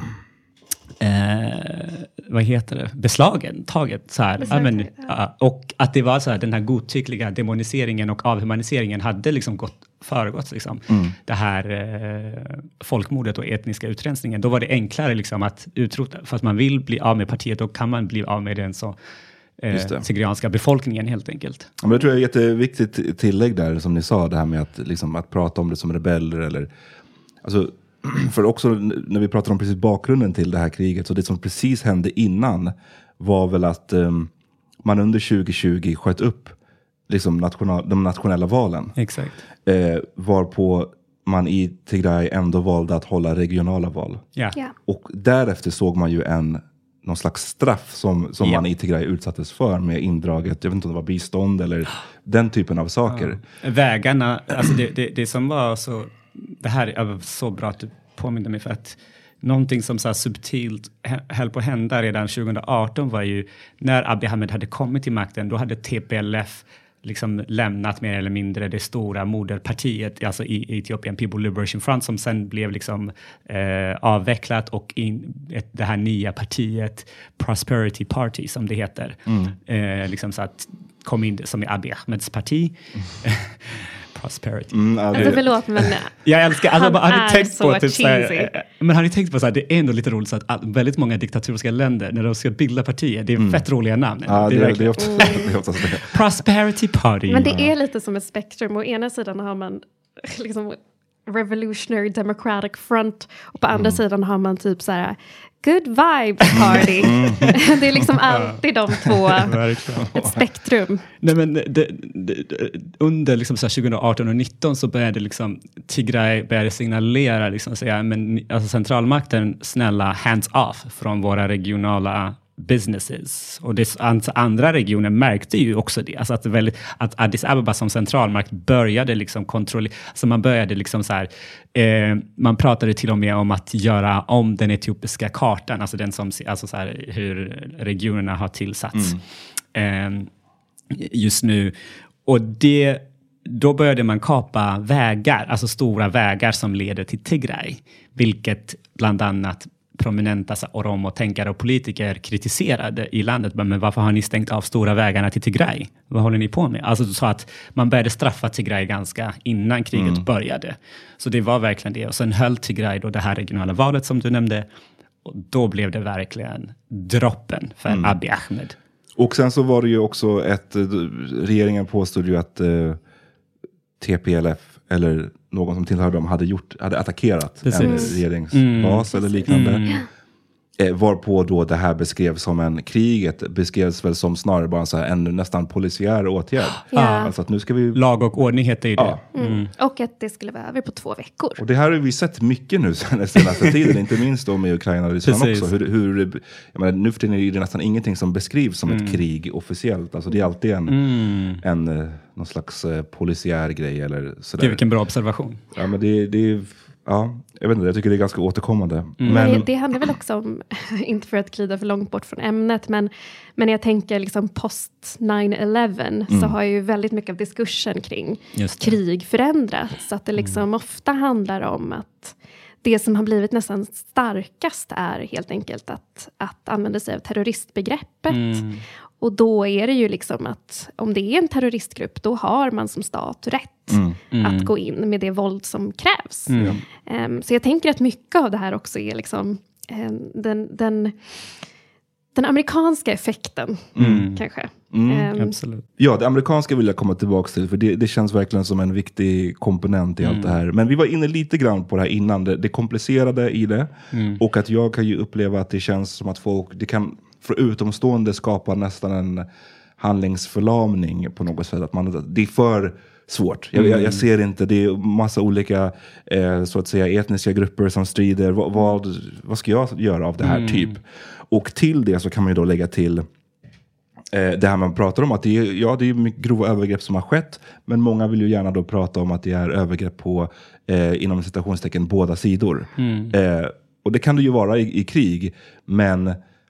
uh, vad heter det? Beslagen, taget. Så här. Ja, men, uh, och att det var så här, den här godtyckliga demoniseringen och avhumaniseringen hade liksom gått föregått liksom, mm. det här uh, folkmordet och etniska utrensningen. Då var det enklare liksom, att utrota, för att man vill bli av med partiet, då kan man bli av med den så Eh, tigrianska befolkningen helt enkelt. Ja, men det tror jag är ett jätteviktigt tillägg där som ni sa, det här med att, liksom, att prata om det som rebeller eller alltså, för också när vi pratar om precis bakgrunden till det här kriget, så det som precis hände innan var väl att um, man under tjugo tjugo sköt upp liksom national, de nationella valen. Exakt. Eh, varpå man i Tigray ändå valde att hålla regionala val. Ja. Yeah. Och därefter såg man ju en någon slags straff som, som yeah. man i Tigray utsattes för med indraget, jag vet inte om det var bistånd eller den typen av saker. Ja. Vägarna, alltså det, det, det som var så, det här är så bra att du påminner mig, för att någonting som så här subtilt höll på att hända redan tjugo arton var ju när Abiy Ahmed hade kommit till makten, då hade T P L F liksom lämnat mer eller mindre det stora moderpartiet, alltså i Ethiopian People Liberation Front, som sen blev liksom eh, avvecklat, och in, ett, det här nya partiet Prosperity Party som det heter, mm. eh, liksom så att kom in som i Abiy Ahmeds parti. Mm. Prosperity. Mm, alltså förlåt, men jag älskar, alltså, han har ni tänkt så på typ, cheesy. Såhär, men har ni tänkt på så här, det är ändå lite roligt så att all, väldigt många diktatoriska länder, när de ska bilda partier, det är mm. fett roliga namn. Ja, det, det, är det är ofta, mm. det är ofta så det. Prosperity Party. Men det är lite som ett spektrum. Å ena sidan har man liksom Revolutionary Democratic Front, och på andra mm. sidan har man typ så här Good Vibes Party. Mm. Det är liksom alltid de två, ett spektrum. Nej, men det, det, det, under liksom så här tjugo arton och nitton så började liksom Tigray började signalera liksom, säga, men alltså centralmakten, snälla hands off från våra regionala businesses. Och det, andra regioner märkte ju också det. Alltså att, väldigt, att Addis Abeba som centralmakt började liksom kontrollera, alltså man började liksom så här, eh, man pratade till och med om att göra om den etiopiska kartan, alltså den som, alltså så här, hur regionerna har tillsatts mm. eh, just nu. Och det, då började man kapa vägar, alltså stora vägar som leder till Tigray, vilket bland annat prominenta oromo-tänkare och politiker kritiserade i landet. Men varför har ni stängt av stora vägarna till Tigray? Vad håller ni på med? Alltså så att man började straffa Tigray ganska innan kriget mm. började. Så det var verkligen det. Och sen höll Tigray då det här regionala valet som du nämnde. Och då blev det verkligen droppen för mm. Abiy Ahmed. Och sen så var det ju också ett, regeringen påstod ju att eh, T P L F eller någon som tillhör dem hade, gjort, hade attackerat Precis. en regeringsbas mm. eller liknande. Mm. Eh, varpå då det här beskrevs som en, kriget beskrevs väl som snarare bara så här en nästan polisiär åtgärd. Ja. Alltså att nu ska vi... Lag och ordning heter ju det. Ja. Mm. Mm. Och att det skulle vara över på två veckor. Och det här har vi sett mycket nu den senaste tiden, inte minst då med Ukraina och Ryssland också. Hur, hur, jag menar, nu för tiden är det nästan ingenting som beskrivs som mm. ett krig officiellt. Alltså det är alltid en, mm. en någon slags uh, polisiär grej eller sådär. Det är vilken bra observation. Ja, men det, det är... Ja, jag vet inte, jag tycker det är ganska återkommande. Mm. Men det, det handlar väl också om, inte för att glida för långt bort från ämnet, men, men jag tänker liksom post nine eleven mm. så har ju väldigt mycket av diskursen kring krig förändrats. Så att det liksom mm. ofta handlar om att det som har blivit nästan starkast är helt enkelt att, att använda sig av terroristbegreppet. Mm. Och då är det ju liksom att om det är en terroristgrupp, då har man som stat rätt mm. Mm. att gå in med det våld som krävs. Mm. Um, så jag tänker att mycket av det här också är liksom um, den, den, den amerikanska effekten mm. kanske. Mm. Um, Absolut. Ja, det amerikanska vill jag komma tillbaka till, för det, det känns verkligen som en viktig komponent i mm. allt det här. Men vi var inne lite grann på det här innan, det, det komplicerade i det. Mm. Och att jag kan ju uppleva att det känns som att folk, det kan för utomstående skapa nästan en handlingsförlamning på något sätt. Att man, det är för svårt. Jag, jag, jag ser inte, det är massa olika eh, så att säga etniska grupper som strider. Vad, vad, vad ska jag göra av det här mm. typ? Och till det så kan man ju då lägga till eh, det här man pratar om. Att det är, ja, det är mycket grova övergrepp som har skett. Men många vill ju gärna då prata om att det är övergrepp på eh, inom citationstecken båda sidor. Mm. Eh, och det kan det ju vara i, i krig. Men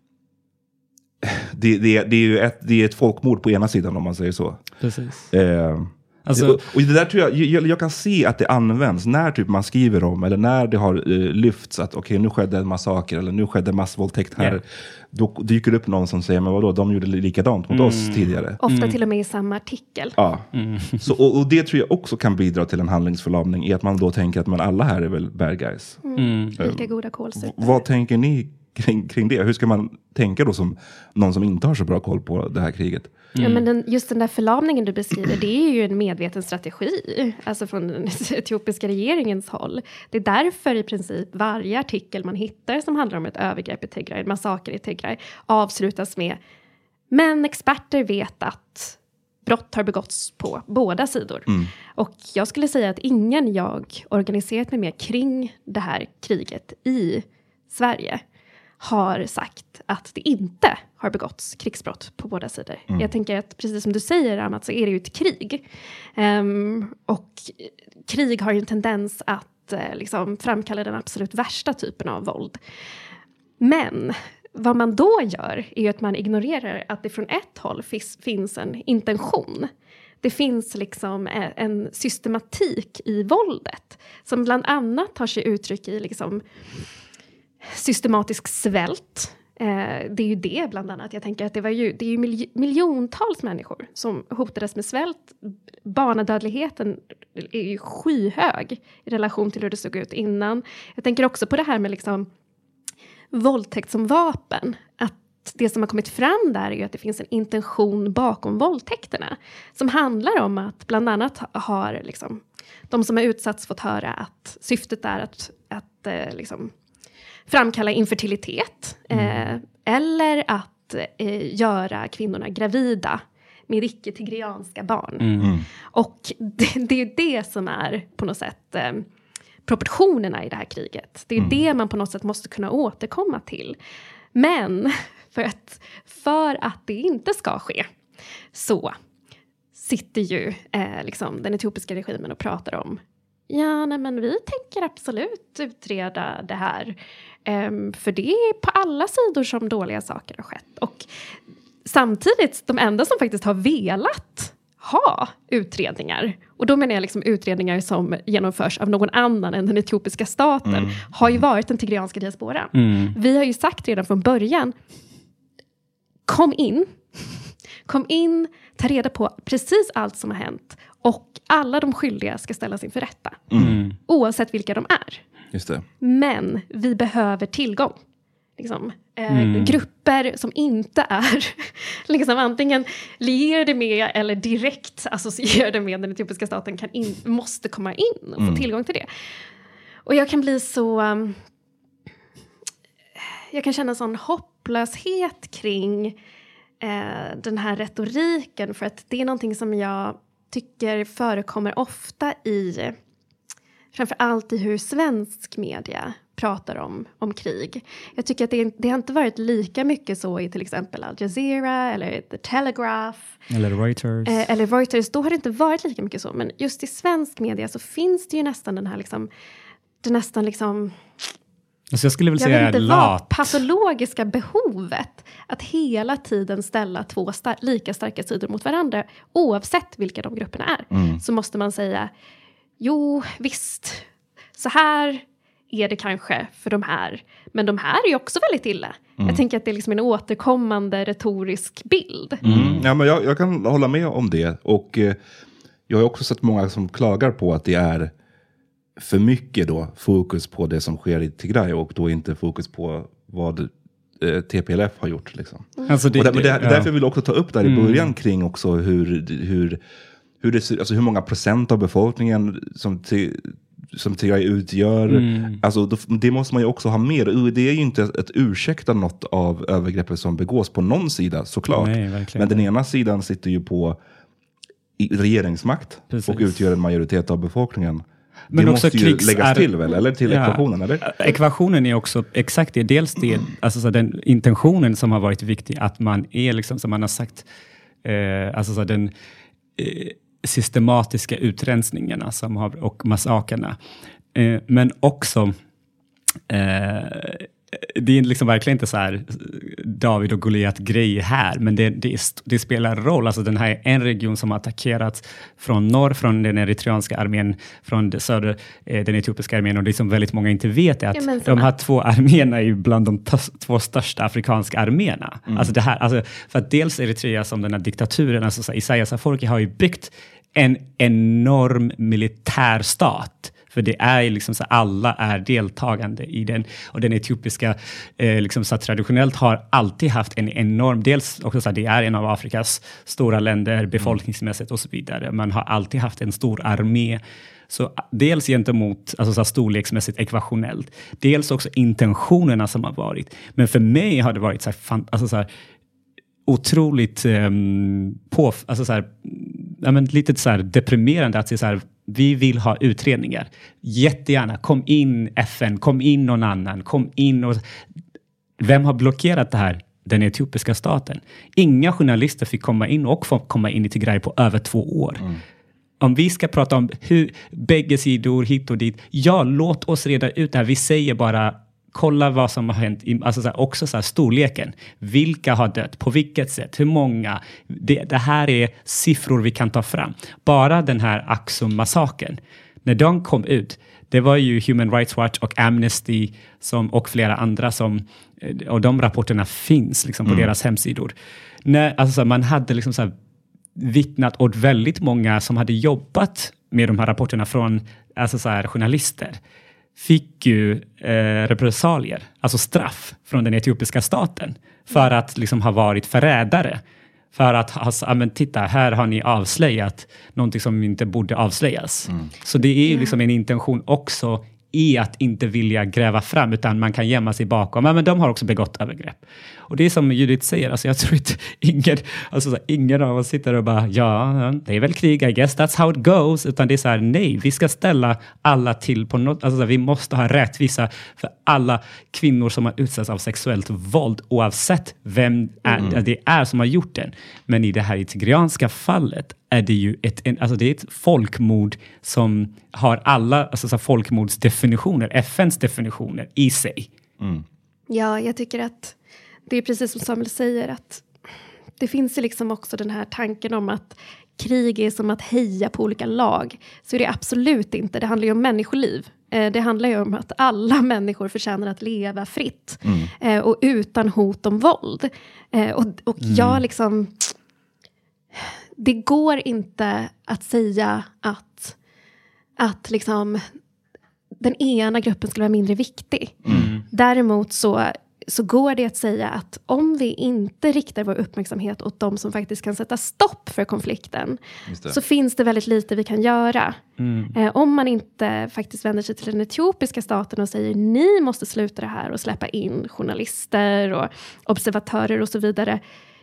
det, det, det är ju ett, det är ett folkmord på ena sidan om man säger så. Precis. Eh, Alltså, och, och det där tror jag, jag, jag kan se att det används när typ man skriver om eller när det har uh, lyfts att okej okay, nu skedde en massaker eller nu skedde massvåldtäkt här. Yeah. Då dyker det upp någon som säger men vadå, de gjorde likadant mot mm. oss tidigare. Ofta mm. till och med i samma artikel. Ja, mm. så, och, och det tror jag också kan bidra till en handlingsförlamning i att man då tänker att men alla här är väl bad guys. Mm. Mm. Lika goda kålsupare. Vad tänker ni kring, kring det? Hur ska man tänka då som någon som inte har så bra koll på det här kriget? Mm. Ja, men den, just den där förlamningen du beskriver, det är ju en medveten strategi. Alltså från den etiopiska regeringens håll. Det är därför i princip varje artikel man hittar som handlar om ett övergrepp i Tigray, en massaker i Tigray, avslutas med men experter vet att brott har begåtts på båda sidor. Mm. Och jag skulle säga att ingen jag organiserat mig med kring det här kriget i Sverige har sagt att det inte har begåtts krigsbrott på båda sidor. Mm. Jag tänker att precis som du säger, Amat, så är det ju ett krig. Um, och krig har ju en tendens att uh, liksom framkalla den absolut värsta typen av våld. Men vad man då gör är ju att man ignorerar att det från ett håll f- finns en intention. Det finns liksom en systematik i våldet som bland annat tar sig uttryck i liksom systematisk svält. Eh, det är ju det bland annat. Jag tänker att det var ju, det är ju mil- miljontals människor som hotades med svält. Barnadödligheten är ju skyhög i relation till hur det såg ut innan. Jag tänker också på det här med liksom våldtäkt som vapen. Att det som har kommit fram där är ju att det finns en intention bakom våldtäkterna. Som handlar om att bland annat har liksom, de som har utsatts fått höra att syftet är att, att eh, liksom framkalla infertilitet. Mm. Eh, eller att eh, göra kvinnorna gravida med icke-tigrianska barn. Mm. Och det, det är det som är på något sätt eh, proportionerna i det här kriget. Det är mm. det man på något sätt måste kunna återkomma till. Men för att, för att det inte ska ske så sitter ju eh, liksom den etiopiska regimen och pratar om ja, nej, men vi tänker absolut utreda det här. Um, för det är på alla sidor som dåliga saker har skett. Och samtidigt, de enda som faktiskt har velat ha utredningar, och då menar jag liksom utredningar som genomförs av någon annan än den etiopiska staten, mm. har ju varit den tigrianska diasporan. Mm. Vi har ju sagt redan från början, kom in, kom in, ta reda på precis allt som har hänt. Och alla de skyldiga ska ställas inför rätta. Mm. Oavsett vilka de är. Just det. Men vi behöver tillgång. Liksom, eh, mm. grupper som inte är liksom, antingen lierade med eller direkt associerade med den etiopiska staten kan in, måste komma in och mm. få tillgång till det. Och jag kan bli så... Um, jag kan känna sån hopplöshet kring eh, den här retoriken. För att det är någonting som jag tycker förekommer ofta i, framförallt i hur svensk media pratar om, om krig. Jag tycker att det, det har inte varit lika mycket så i till exempel Al Jazeera eller The Telegraph. Eller Reuters. Eh, eller Reuters, då har det inte varit lika mycket så. Men just i svensk media så finns det ju nästan den här liksom, det nästan liksom... Alltså jag skulle väl säga jag vet inte lat. vad, patologiska behovet att hela tiden ställa två star- lika starka sidor mot varandra, oavsett vilka de grupperna är. Mm. Så måste man säga, jo visst, så här är det kanske för de här. Men de här är ju också väldigt illa. Mm. Jag tänker att det är liksom en återkommande retorisk bild. Mm. Ja, men jag, jag kan hålla med om det. Och eh, jag har också sett många som klagar på att det är för mycket då fokus på det som sker i Tigray och då inte fokus på vad eh, T P L F har gjort. Liksom. Mm. Alltså det, och där, det, ja. Därför vill jag också ta upp där i början mm. kring också hur, hur, hur, det, alltså hur många procent av befolkningen som till, som Tigray utgör. Mm. Alltså, då, det måste man ju också ha med. Det är ju inte ett ursäkta något av övergreppet som begås på någon sida, såklart. Nej, men den ena sidan sitter ju på regeringsmakt. Precis. Och utgör en majoritet av befolkningen. Men det också måste ju läggas till väl? Eller till ja, ekvationen, eller? Ekvationen är också exakt det. Dels det, alltså så den intentionen som har varit viktig, att man är liksom, som man har sagt, eh, alltså så den eh, systematiska utrensningarna som har, och massakerna. Eh, men också eh, det är liksom verkligen inte så här David och Goliat grej här, men det, det, det spelar roll. Alltså den här är en region som har attackerats från norr, från den eritreanska armén, från det söder, eh, den etiopiska armén, och det som väldigt många inte vet är att ja, de här två arméerna är ju bland de t- två största afrikanska arméerna. Mm. Alltså det här, alltså, för att dels Eritrea som den här diktaturen, alltså så här, Isaias Afwerki har ju byggt en enorm militärstat. För det är liksom så alla är deltagande i den. Och den etiopiska eh, liksom så traditionellt har alltid haft en enorm, dels också så det är en av Afrikas stora länder befolkningsmässigt och så vidare. Man har alltid haft en stor armé. Så dels gentemot, alltså så storleksmässigt ekvationellt. Dels också intentionerna som har varit. Men för mig har det varit så här, fan, alltså så här otroligt um, på, alltså så här, ja, men lite så här deprimerande att se så här, vi vill ha utredningar. Jättegärna, kom in F N, kom in någon annan, kom in och... Vem har blockerat det här? Den etiopiska staten. Inga journalister fick komma in och få komma in i Tigray på över två år. Mm. Om vi ska prata om hur bägge sidor hit och dit, ja, låt oss reda ut det här. Vi säger bara, kolla vad som har hänt, alltså så här, också så här, storleken. Vilka har dött? På vilket sätt? Hur många? Det, det här är siffror vi kan ta fram. Bara den här Axum-massakern. När de kom ut, det var ju Human Rights Watch och Amnesty som, och flera andra som, och de rapporterna finns liksom på mm. deras hemsidor. När, alltså så här, man hade liksom så här vittnat åt väldigt många som hade jobbat med de här rapporterna från alltså så här, journalister. Fick ju eh, repressalier, alltså straff från den etiopiska staten för att liksom ha varit förrädare. För att, alltså, ja, men titta, här har ni avslöjat någonting som inte borde avslöjas. Mm. Så det är ju liksom en intention också i att inte vilja gräva fram, utan man kan gömma sig bakom. Ja, men de har också begått övergrepp. Och det är som Judith säger, alltså jag tror inte ingen, alltså så här, ingen av oss sitter och bara, ja, det är väl krig, I guess that's how it goes. Utan det är så här, nej, vi ska ställa alla till på något, alltså så här, vi måste ha rättvisa för alla kvinnor som har utsatts av sexuellt våld, oavsett vem är, mm. det är som har gjort den. Men i det här tigreanska fallet är det ju ett, en, alltså det är ett folkmord som har alla alltså så folkmordsdefinitioner, F N:s definitioner i sig. Mm. Ja, jag tycker att det är precis som Samuel säger, att det finns ju liksom också den här tanken om att krig är som att heja på olika lag. Så är det absolut inte. Det handlar ju om människoliv. Det handlar ju om att alla människor förtjänar att leva fritt. Mm. Och utan hot om våld. Och, och mm. jag liksom... Det går inte att säga att, att liksom den ena gruppen skulle vara mindre viktig. Mm. Däremot så, så går det att säga att om vi inte riktar vår uppmärksamhet åt de som faktiskt kan sätta stopp för konflikten, så finns det väldigt lite vi kan göra. Mm. Eh, om man inte faktiskt vänder sig till den etiopiska staten och säger ni måste sluta det här och släppa in journalister och observatörer och så vidare,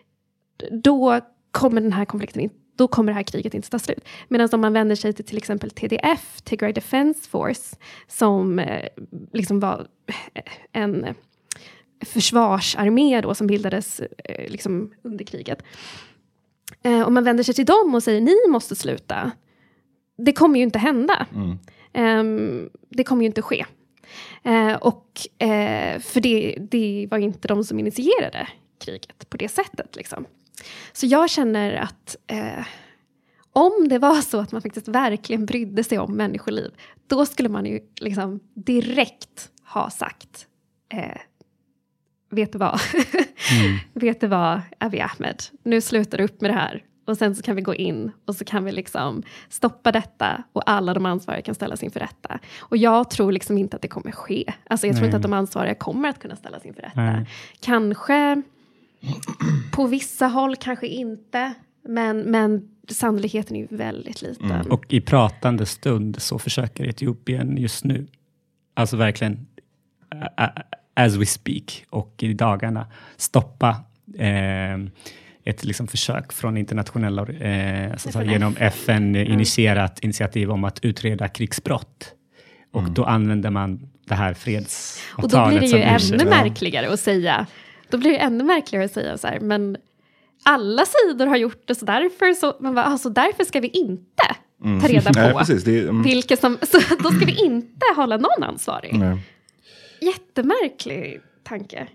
då kommer den här konflikten in, då kommer det här kriget inte ta slut. Medan om man vänder sig till till exempel T D F, Tigray Defense Force, som eh, liksom var en försvarsarmé då som bildades eh, liksom under kriget. Eh, om man vänder sig till dem och säger ni måste sluta, det kommer ju inte hända. Mm. Eh, det kommer ju inte ske. Eh, och eh, för det, det var inte de som initierade kriget på det sättet liksom. Så jag känner att eh, om det var så att man faktiskt verkligen brydde sig om människoliv, då skulle man ju liksom direkt ha sagt eh, vet du vad? mm. Vet du vad, Abiy Ahmed? Nu slutar du upp med det här. Och sen så kan vi gå in och så kan vi liksom stoppa detta och alla de ansvariga kan ställas inför rätta. Och jag tror liksom inte att det kommer ske. Alltså jag tror Nej. inte att de ansvariga kommer att kunna ställas inför rätta. Nej. Kanske... På vissa håll kanske inte. Men, men sannolikheten är ju väldigt liten. Mm. Och i pratande stund så försöker Etiopien just nu, alltså verkligen uh, as we speak och i dagarna stoppa eh, ett liksom försök från internationella eh, alltså genom F N initierat initiativ om att utreda krigsbrott. Och mm. då använder man det här fredsavtalet. Och då blir det ju ännu märkligare att säga. Då blir det ännu märkligare att säga så här, men alla sidor har gjort det så därför så, men alltså därför ska vi inte mm. ta reda på Nej, precis, det är, mm. vilka som, så då ska vi inte hålla någon ansvarig. Nej. Jättemärklig tanke.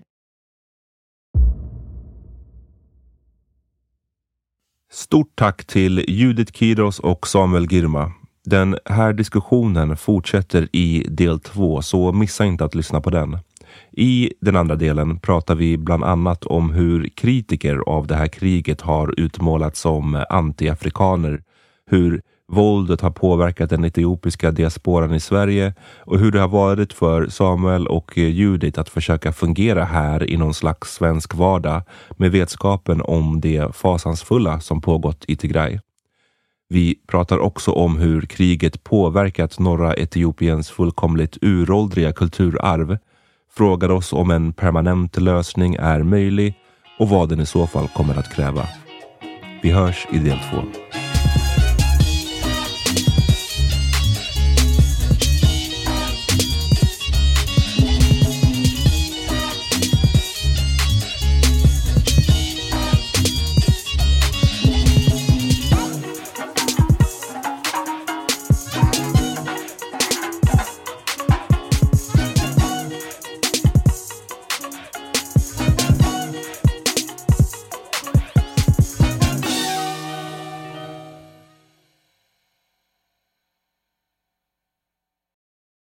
Stort tack till Judith Kiros och Samuel Girma. Den här diskussionen fortsätter i del två, så missa inte att lyssna på den. I den andra delen pratar vi bland annat om hur kritiker av det här kriget har utmålats som anti-afrikaner, hur våldet har påverkat den etiopiska diasporan i Sverige och hur det har varit för Samuel och Judith att försöka fungera här i någon slags svensk vardag med vetskapen om det fasansfulla som pågått i Tigray. Vi pratar också om hur kriget påverkat norra Etiopiens fullkomligt uråldriga kulturarv, frågar oss om en permanent lösning är möjlig och vad den i så fall kommer att kräva. Vi hörs i del två.